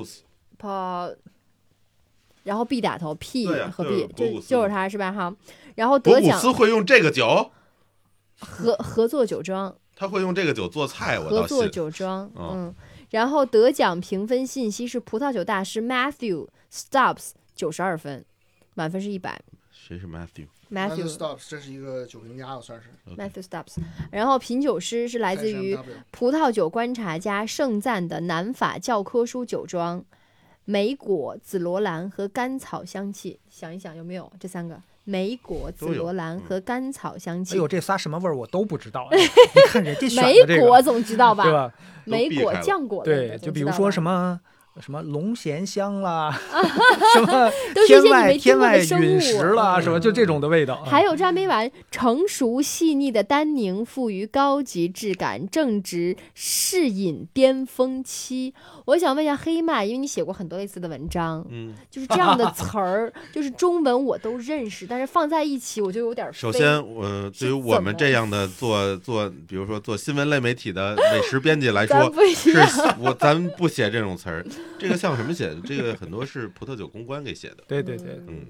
，Paul， 然后 B 打头 P 和 B， 就是他是吧？哈，然后得奖。 博古斯会用这个酒？ 合作酒庄。 他会用这个酒做菜，我合作酒庄，然后得奖评分信息是葡萄酒大师 Matthew Stubbs 92分，满分是100。 谁是 Matthew？ Matthew Stubbs， 这是一个酒评家，算是 Matthew Stubbs。然后品酒师是来自于葡萄酒观察家盛赞的南法教科书酒庄，莓果、紫罗兰和甘草香气。想一想有没有这3个？莓果、紫罗兰和甘草香气。 哎呦，这仨什么味儿我都不知道。你看人家选的这个， 莓果总知道吧？ 对吧？ 莓果浆果对，就比如说什么龙涎香啦，什么天外陨石啦，什么就这种的味道。 还有这没完，成熟细腻的单宁赋予高级质感，正值适饮巅峰期。我想问一下黑麦，因为你写过很多类似的文章，就是这样的词儿，就是中文我都认识，但是放在一起我就有点。 首先，对于我们这样的做，比如说做新闻类媒体的美食编辑来说，咱不写这种词儿。这个像什么写的？这个很多是葡萄酒公关给写的。 对，对。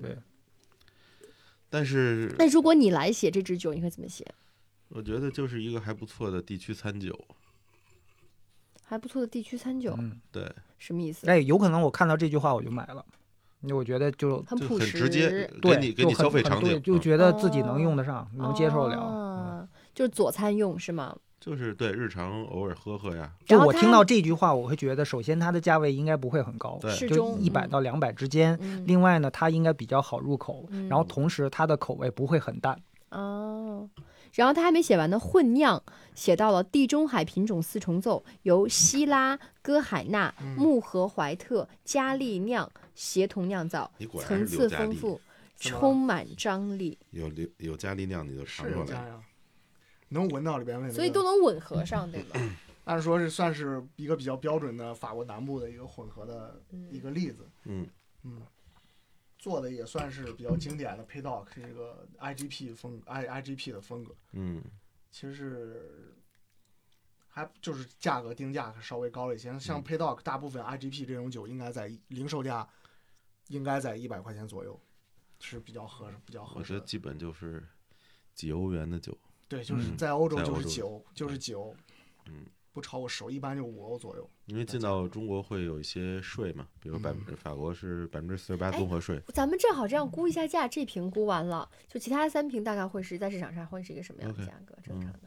但是， 那如果你来写这支酒，你会怎么写？ 我觉得就是一个还不错的地区餐酒。 还不错的地区餐酒， 对， 什么意思？ 哎，有可能我看到这句话我就买了，因为我觉得就很朴实， 直接给你消费场景， 就觉得自己能用得上，能接受得了。 就是佐餐用是吗？ 就是对日常偶尔喝呀。 就我听到这句话，我会觉得，首先它的价位应该不会很高，就100到200之间。另外呢，它应该比较好入口，然后同时它的口味不会很淡。 然后他还没写完的混酿，写到了地中海品种4重奏，由希拉、哥海纳、穆和怀特、加利酿协同酿造，层次丰富，充满张力。 有加利酿，你就尝出来， 能闻到里边味道， 所以都能吻合上，对吧？ 按说是算是一个比较标准的法国南部的一个混合的一个例子。做的也算是比较经典的 Paydock 这个 IGP 的风格。其实是还就是价格定价稍微高了一些，像 Paydock 大部分 IGP 这种酒应该在零售价应该在100块钱左右，是比较合适。 我觉得基本就是几欧元的酒。 对，就是在欧洲就是酒，不超过10欧，一般就5欧左右。 因为进到中国会有一些税嘛，比如法国是48%综合税。 咱们正好这样估一下价，这瓶估完了，就其他3瓶大概会是在市场上会是一个什么样的价格？正常的。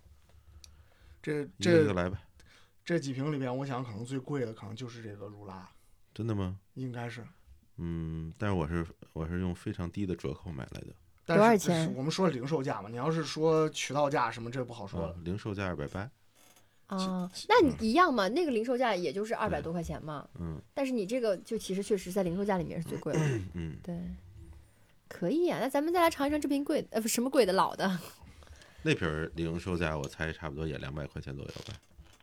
这个来吧。 这几瓶里面，我想可能最贵的可能就是这个儒拉。 真的吗？ 应该是。 但是我是用非常低的折扣买来的。 多少钱？ 我们说零售价嘛，你要是说渠道价什么，这不好说了。 零售价280。 那你一样嘛？那个零售价也就是200多块钱嘛。但是你这个就其实确实在零售价里面是最贵的。对，可以啊。那咱们再来尝一尝这瓶贵的，什么贵的老的？ 那瓶零售价我猜差不多也200块钱左右吧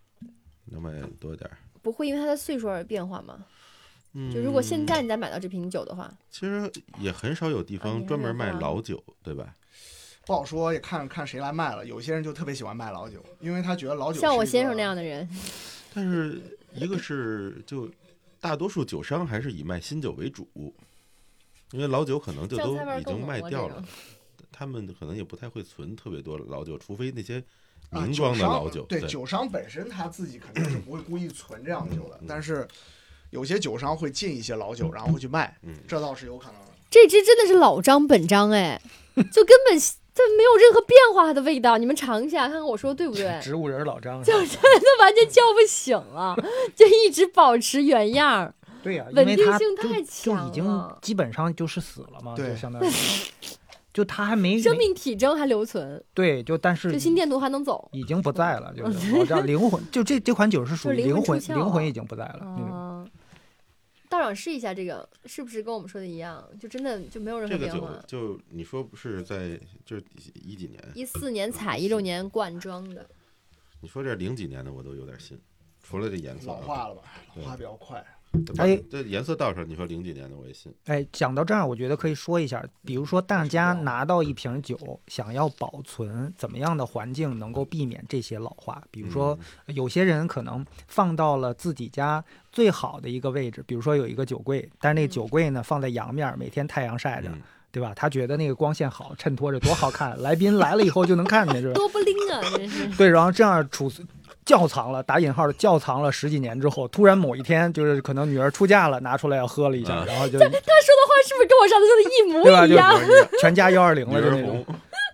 ，200多点。 不会因为它的岁数而变化吗？就如果现在你再买到这瓶酒的话， 其实也很少有地方专门卖老酒，对吧？ 不好说，也看谁来卖了。有些人就特别喜欢卖老酒，因为他觉得老酒像我先生那样的人。 但是一个是就大多数酒商还是以卖新酒为主，因为老酒可能就都已经卖掉了，他们可能也不太会存特别多老酒，除非那些名庄的老酒。 对，酒商本身他自己肯定是不会故意存这样的酒的，但是有些酒商会进一些老酒，然后会去卖，这倒是有可能的。 这支真的是老张本张哎，就根本它没有任何变化的味道，你们尝一下，看看我说对不对？ 植物人老张就真的完全叫不醒了，就一直保持原样。 对呀， 稳定性太强了， 就已经基本上就是死了嘛，就相当于。就他还没生命体征还留存， 对，但是就心电图还能走， 已经不在了，就是我知道灵魂，就这款酒是属于灵魂已经不在了。 道长试一下这个，是不是跟我们说的一样？就真的就没有任何变化。 这个酒就你说不是在就是几年 ？14年采，16年灌装的。 你说这0几年的我都有点信，除了这颜色老化了吧？老化比较快。 哎， 这颜色倒上，你说0几年的我也信。 哎，讲到这儿，我觉得可以说一下，比如说大家拿到一瓶酒，想要保存，怎么样的环境能够避免这些老化？比如说，有些人可能放到了自己家最好的一个位置，比如说有一个酒柜，但是那个酒柜呢放在阳面，每天太阳晒着。对吧？他觉得那个光线好，衬托着多好看，来宾来了以后就能看见，是吧？ 多不灵啊，真是。 对，然后这样窖藏了打引号的窖藏了10几年之后，突然某一天就是可能女儿出嫁了，拿出来要喝了一下，然后就他说的话是不是跟我上次说的一模一样？ 全家120了就那种。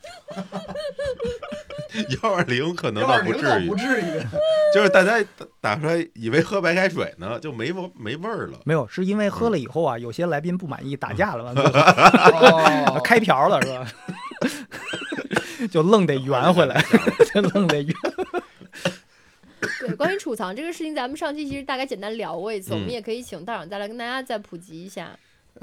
120可能倒不至于，就是大家打出来以为喝白开水呢，就没味儿了。 没有，是因为喝了以后啊，有些来宾不满意，打架了，开瓢了是吧？就愣得圆回来，就愣得圆。 对，关于储藏这个事情，咱们上期其实大概简单聊过一次，我们也可以请道长再来跟大家再普及一下。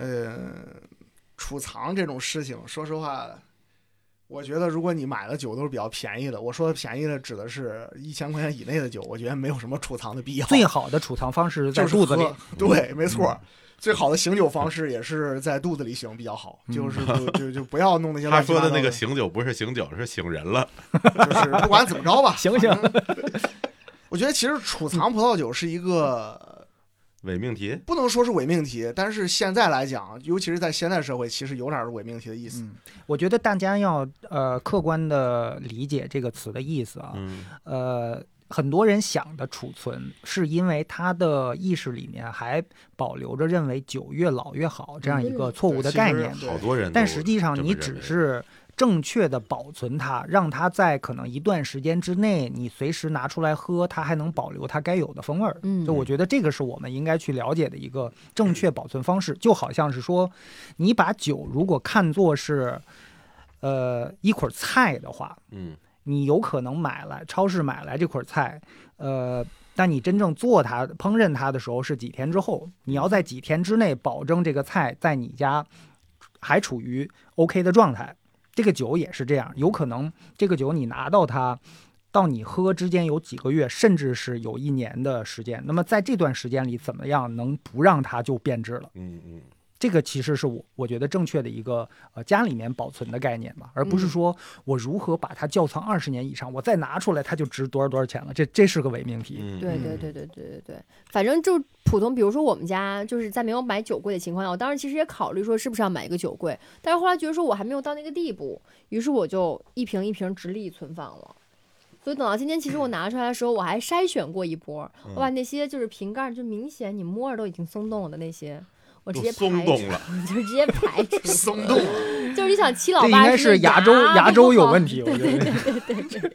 储藏这种事情，说实话，我觉得如果你买的酒都是比较便宜的，我说的便宜的指的是1000块钱以内的酒，我觉得没有什么储藏的必要。 最好的储藏方式在肚子里， 对，没错。最好的醒酒方式也是在肚子里醒比较好，就是就不要弄那些乱七八糟的。 他说的那个醒酒不是醒酒，是醒人了， 就是不管怎么着吧， 醒。 我觉得其实储藏葡萄酒是一个伪命题， 不能说是伪命题，但是现在来讲，尤其是在现代社会，其实有点是伪命题的意思。 我觉得大家要客观的理解这个词的意思啊。很多人想的储存，是因为他的意识里面还保留着认为酒越老越好这样一个错误的概念。 好多人， 但实际上你只是正确的保存它，让它在可能一段时间之内，你随时拿出来喝，它还能保留它该有的风味儿。就我觉得这个是我们应该去了解的一个正确保存方式。就好像是说，你把酒如果看作是一捆菜的话，你有可能超市买来这捆菜，但你真正做它、烹饪它的时候是几天之后，你要在几天之内保证这个菜在你家还处于 OK 的状态。这个酒也是这样，有可能这个酒你拿到它到你喝之间有几个月，甚至是有1年的时间。那么在这段时间里，怎么样能不让它就变质了？这个其实是我觉得正确的一个家里面保存的概念吧，而不是说我如何把它窖藏20年以上，我再拿出来它就值多少钱了，这是个伪命题。 对，反正就普通，比如说我们家就是在没有买酒柜的情况下，我当时其实也考虑说是不是要买一个酒柜，但是后来觉得说我还没有到那个地步，于是我就一瓶一瓶直立存放了。所以等到今天，其实我拿出来的时候，我还筛选过一波，我把那些就是瓶盖就明显你摸着都已经松动了的那些。我直接松动了， 就直接排除松动了， 就是你想七老八十， 这应该是牙周有问题，我觉得。 对。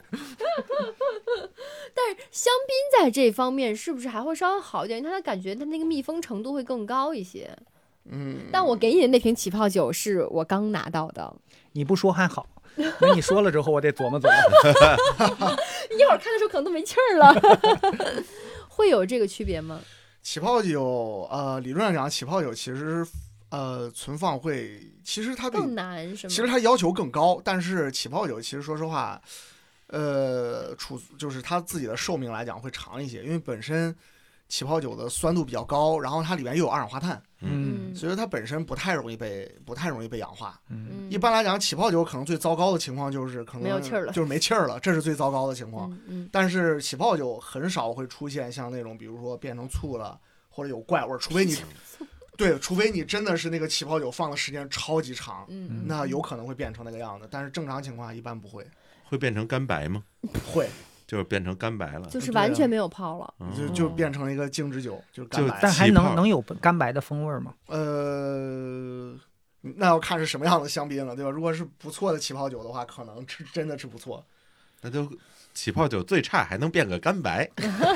但是香槟在这方面是不是还会稍微好一点？因为它感觉它那个密封程度会更高一些。但我给你的那瓶起泡酒是我刚拿到的， 你不说还好，那你说了之后我得琢磨琢磨。 一会儿看的时候可能都没气儿了。会有这个区别吗？ 起泡酒，理论上讲，起泡酒其实，存放会，其实它更难，是吗？ 其实它要求更高，但是起泡酒其实说实话，就是它自己的寿命来讲会长一些，因为本身起泡酒的酸度比较高，然后它里面又有二氧化碳，所以它本身不太容易被氧化。一般来讲，起泡酒可能最糟糕的情况就是可能没有气儿了， 就是没气儿了，这是最糟糕的情况。但是起泡酒很少会出现像那种，比如说变成醋了或者有怪味儿，除非你真的是那个起泡酒放的时间超级长，那有可能会变成那个样子。但是正常情况下一般不会。 会变成干白吗？ 会。 就是变成干白了， 就是完全没有泡了， 就变成了一个静止酒，就是干白。 但还能有干白的风味吗？ 那要看是什么样的香槟了，对吧？如果是不错的起泡酒的话，可能真的是不错。 那就起泡酒最差还能变个干白，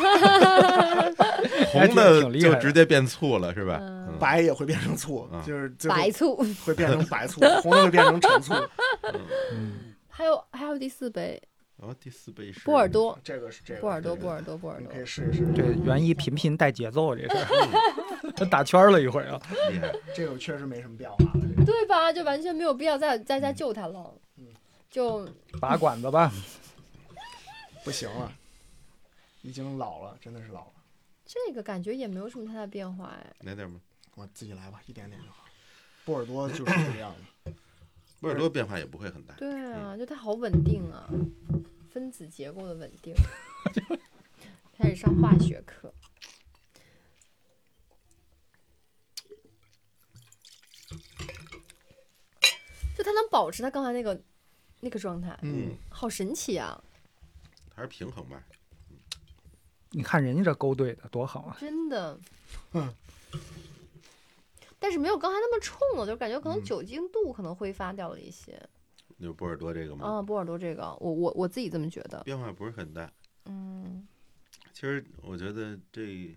红的就直接变醋了，是吧？ 白也会变成醋，就是白醋会变成白醋，红的会变成陈醋。 还有第4杯。 第4杯是波尔多， 这个是这个波尔多， 你可以试一试。 对，原一频带节奏，这是他打圈了一会儿啊。 厉害， 这个确实没什么变化了，对吧？就完全没有必要再救他了，就拔管子吧。 不行了，已经老了，真的是老了。 这个感觉也没有什么太大变化哎。 来点吗？ 我自己来吧，一点点就好。波尔多就是这个样子。 波尔多变化也不会很大。 对啊，就它好稳定啊，分子结构的稳定。开始上化学课。就它能保持它刚才那个状态，好神奇啊！ 还是平衡吧。 你看人家这勾兑的多好啊， 真的。但是没有刚才那么冲了，就感觉可能酒精度可能挥发掉了一些。 就波尔多这个吗？ 波尔多这个，我自己这么觉得， 变化不是很大。其实我觉得这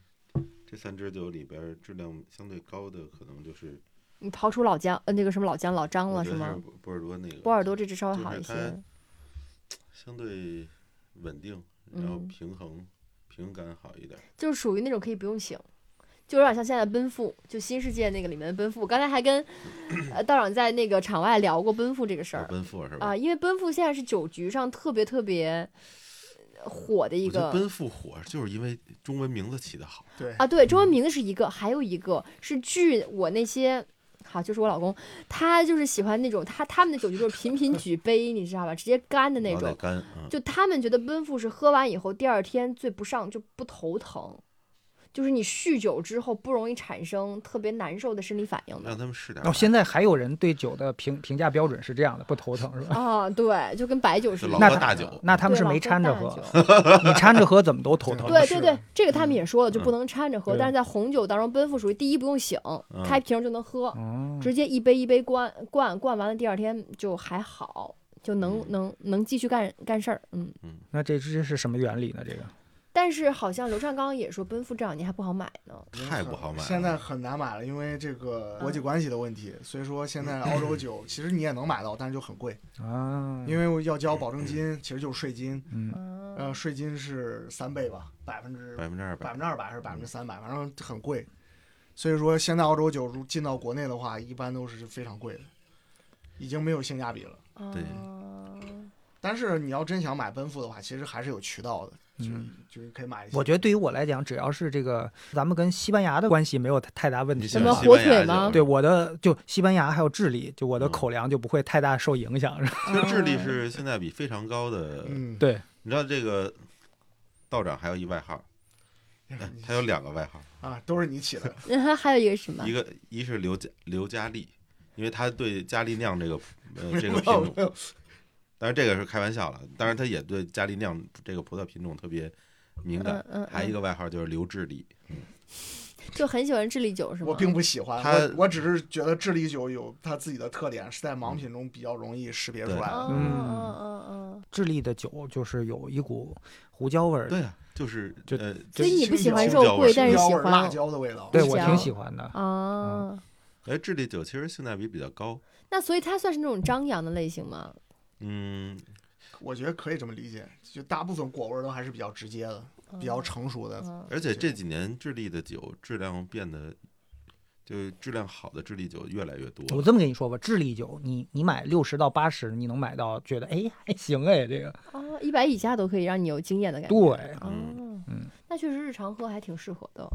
3支酒里边质量相对高的，可能就是你抛出老姜，那个什么老张了是吗？ 波尔多那个， 波尔多这支稍微好一些， 相对稳定，然后平感好一点， 就是属于那种可以不用醒。就有点像现在奔赴，就新世界那个里面的奔赴。刚才还跟道长在那个场外聊过奔赴这个事儿。 奔赴是吧？ 因为奔赴现在是酒局上特别火的一个。 我觉得奔赴火就是因为中文名字起得好。 对，中文名字是一个，还有一个是据我那些。好，就是我老公，他就是喜欢那种他们的酒局都是频频举杯，你知道吧？直接干的那种。就他们觉得奔赴是喝完以后第二天醉不上，就不头疼。就是你酗酒之后不容易产生特别难受的生理反应的。 让他们试点。 现在还有人对酒的评价标准是这样的，不头疼是吧？ 对，就跟白酒似的。 老喝大酒， 那他们是没掺着喝，你掺着喝怎么都头疼。 对，这个他们也说了，就不能掺着喝。但是在红酒当中，奔赴属于第一不用醒，开瓶就能喝，直接一杯一杯灌完了，第二天就还好，就能继续干事儿。 那这是什么原理呢？这个？ 但是好像刘畅刚刚也说，奔赴这2年还不好买呢， 太不好买了。 现在很难买了，因为这个国际关系的问题，所以说现在澳洲酒其实你也能买到，但是就很贵啊，因为要交保证金，其实就是税金，税金是3倍吧，200%还是300%，反正很贵。所以说现在澳洲酒进到国内的话，一般都是非常贵的，已经没有性价比了。 对。 但是你要真想买奔赴的话，其实还是有渠道的。就是可以买一些。 我觉得对于我来讲，只要是这个咱们跟西班牙的关系没有太大问题， 什么火腿吗？ 对，我的就西班牙还有智利，就我的口粮就不会太大受影响。 其实智利是性价比非常高的。 对， 你知道这个道长还有一外号，他有2个外号啊，都是你起的。 还有一个什么？ 一是刘嘉丽，因为他对嘉利酿这个品种。当然这个是开玩笑了，当然他也对嘉利酿这个葡萄品种特别敏感。还有一个外号就是刘智利， 就很喜欢智利酒是吗？ 我并不喜欢，我只是觉得智利酒有它自己的特点，是在盲品中比较容易识别出来的。 智利的酒就是有一股胡椒味儿。 对啊，就是所以你不喜欢肉桂，但是喜欢辣椒的味道。 对，我挺喜欢的啊。 智利酒其实性价比比较高。 那所以它算是那种张扬的类型吗？ 我觉得可以这么理解，就大部分果味都还是比较直接的，比较成熟的。 而且这几年智利的酒质量变得，就质量好的智利酒越来越多。 我这么跟你说吧，智利酒你买60到80，你能买到觉得还行这个 100以下都可以让你有惊艳的感觉。 对， 那确实日常喝还挺适合的。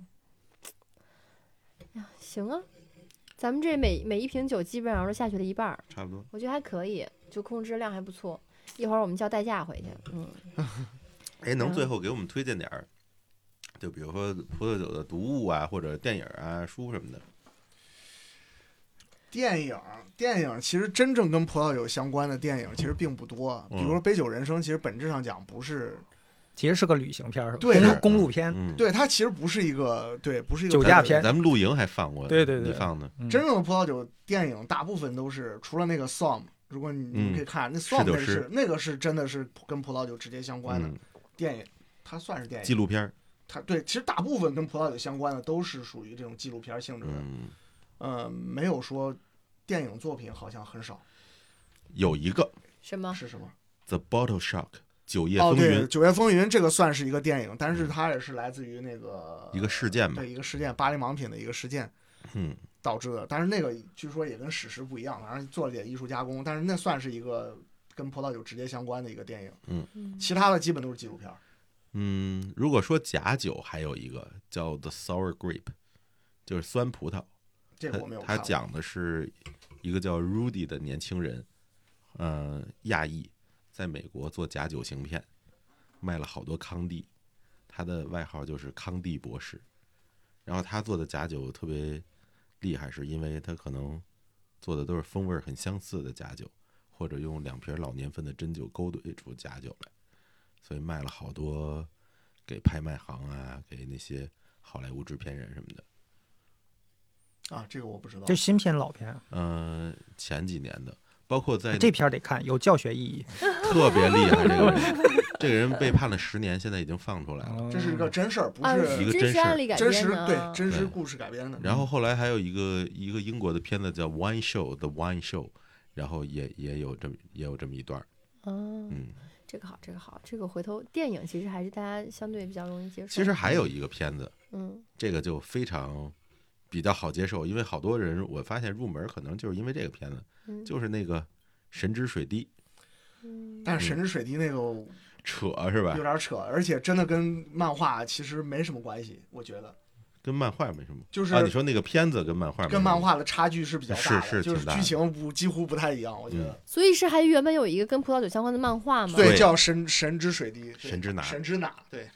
行啊。咱们这每一瓶酒基本上都下去了一半， 差不多， 我觉得还可以，就控制量还不错。一会儿我们叫代驾回去。能最后给我们推荐点儿，就比如说葡萄酒的读物啊，或者电影啊、书什么的。 电影其实真正跟葡萄酒相关的电影其实并不多，比如说《杯酒人生》，其实本质上讲不是。 其实是个旅行片， 对， 公路片。 对，它其实不是一个酒驾片。 咱们露营还放过， 对， 你放的。 真正的葡萄酒电影大部分都是，除了那个 Somm， 如果你可以看那 Somm， 那个是真的是跟葡萄酒直接相关的电影，它算是电影纪录片。 它对，其实大部分跟葡萄酒相关的都是属于这种纪录片性质的。没有说电影作品好像很少。 有一个什么？ 是什么 ？The Bottle Shock。酒业风云。 对，酒业风云这个算是一个电影，但是它也是来自于那个一个事件吧， 对，一个事件，巴黎盲品的一个事件，导致的。但是那个据说也跟史实不一样，反正做了点艺术加工，但是那算是一个跟葡萄酒直接相关的一个电影。其他的基本都是纪录片。 如果说假酒，还有一个叫 The Sour Grape， 就是酸葡萄。 这个我没有看。 他讲的是一个叫 Rudy 的年轻人，亚裔。在美国做假酒行骗，卖了好多康帝，他的外号就是康帝博士。然后他做的假酒特别厉害，是因为他可能做的都是风味很相似的假酒，或者用2瓶老年份的真酒勾兑出假酒来，所以卖了好多给拍卖行啊，给那些好莱坞制片人什么的。 啊，这个我不知道。 这新片老片？ 前几年的，包括在这片得看，有教学意义， 特别厉害。这个人被判了10年，现在已经放出来了。 这是个真事儿，不是一个真事儿， 真实对真实故事改编的。 然后后来还有一个英国的片子叫《Wine Show》，The Wine Show， 然后也有这么一段。 这个好，这个回头电影其实还是大家相对比较容易接受。 其实还有一个片子，这个就比较好接受，因为好多人我发现入门可能就是因为这个片子，就是那个《神之水滴》。 但是《神之水滴》那个扯是吧？ 有点扯，而且真的跟漫画其实没什么关系，我觉得。 跟漫画没什么， 就是你说那个片子跟漫画的差距是比较大的，就是剧情几乎不太一样，我觉得。 所以是还原本有一个跟葡萄酒相关的漫画吗？ 对，叫神之水滴， 神之哪？对。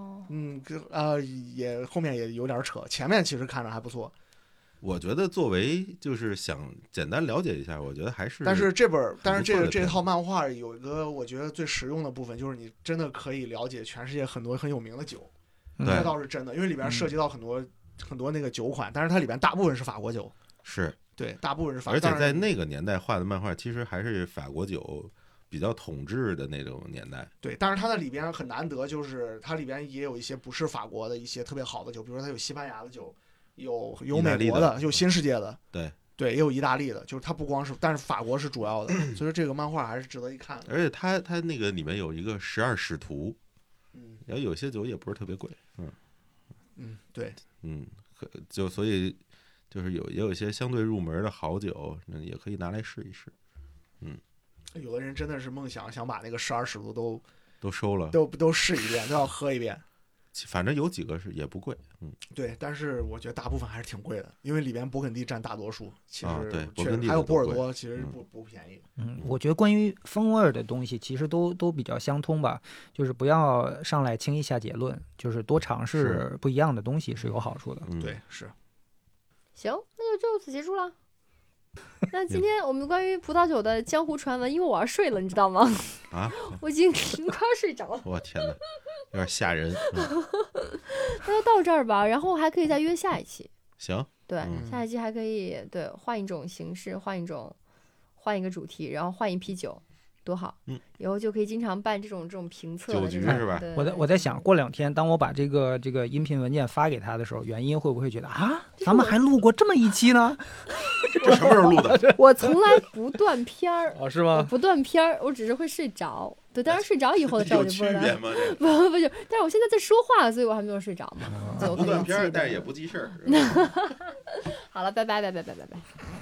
也后面也有点扯，前面其实看着还不错。 我觉得作为就是想简单了解一下，我觉得还是。 但是这套漫画有一个我觉得最实用的部分，就是你真的可以了解全世界很多很有名的酒。这倒是真的，因为里边涉及到很多那个酒款，但是它里边大部分是法国酒。 是对，大部分是法国。 而且在那个年代画的漫画，其实还是法国酒比较统治的那种年代。 对，但是它的里边很难得，就是它里边也有一些不是法国的一些特别好的酒，比如说它有西班牙的酒，有美国的，有新世界的。对，也有意大利的，就是它不光是，但是法国是主要的，所以说这个漫画还是值得一看的。 而且它那个里面有一个12使徒。然后有些酒也不是特别贵， 对， 所以就是也有一些相对入门的好酒，也可以拿来试一试。 有的人真的是梦想把那个12使徒都收了， 都试一遍，都要喝一遍。 反正有几个也不贵， 对，但是我觉得大部分还是挺贵的，因为里边勃艮第占大多数，其实对，勃艮第还有波尔多，其实不便宜。 我觉得关于风味的东西，其实都比较相通吧，就是不要上来轻易下结论，就是多尝试不一样的东西是有好处的。 对，是。 行，那就此结束了。那今天我们关于葡萄酒的江湖传闻，因为我要睡了，你知道吗？我已经快要睡着了。 我天哪，有点吓人。 那就到这儿吧，然后还可以再约下一期。 行。 对，下一期还可以换一种形式，换一个主题，然后换一批酒，多好。以后就可以经常办这种评测酒局是吧？ 我在想过2天，当我把这个音频文件发给他的时候，原因会不会觉得咱们还录过这么一期呢？ 这什么时候录的？ 我从来不断片儿。 是吗？ 我不断片儿，我只是会睡着。对，当然睡着以后的事儿就不知道。 有区别吗？ 不是，但是我现在在说话，所以我还没有睡着嘛。 不断片儿，但是也不记事儿。 好了，拜拜。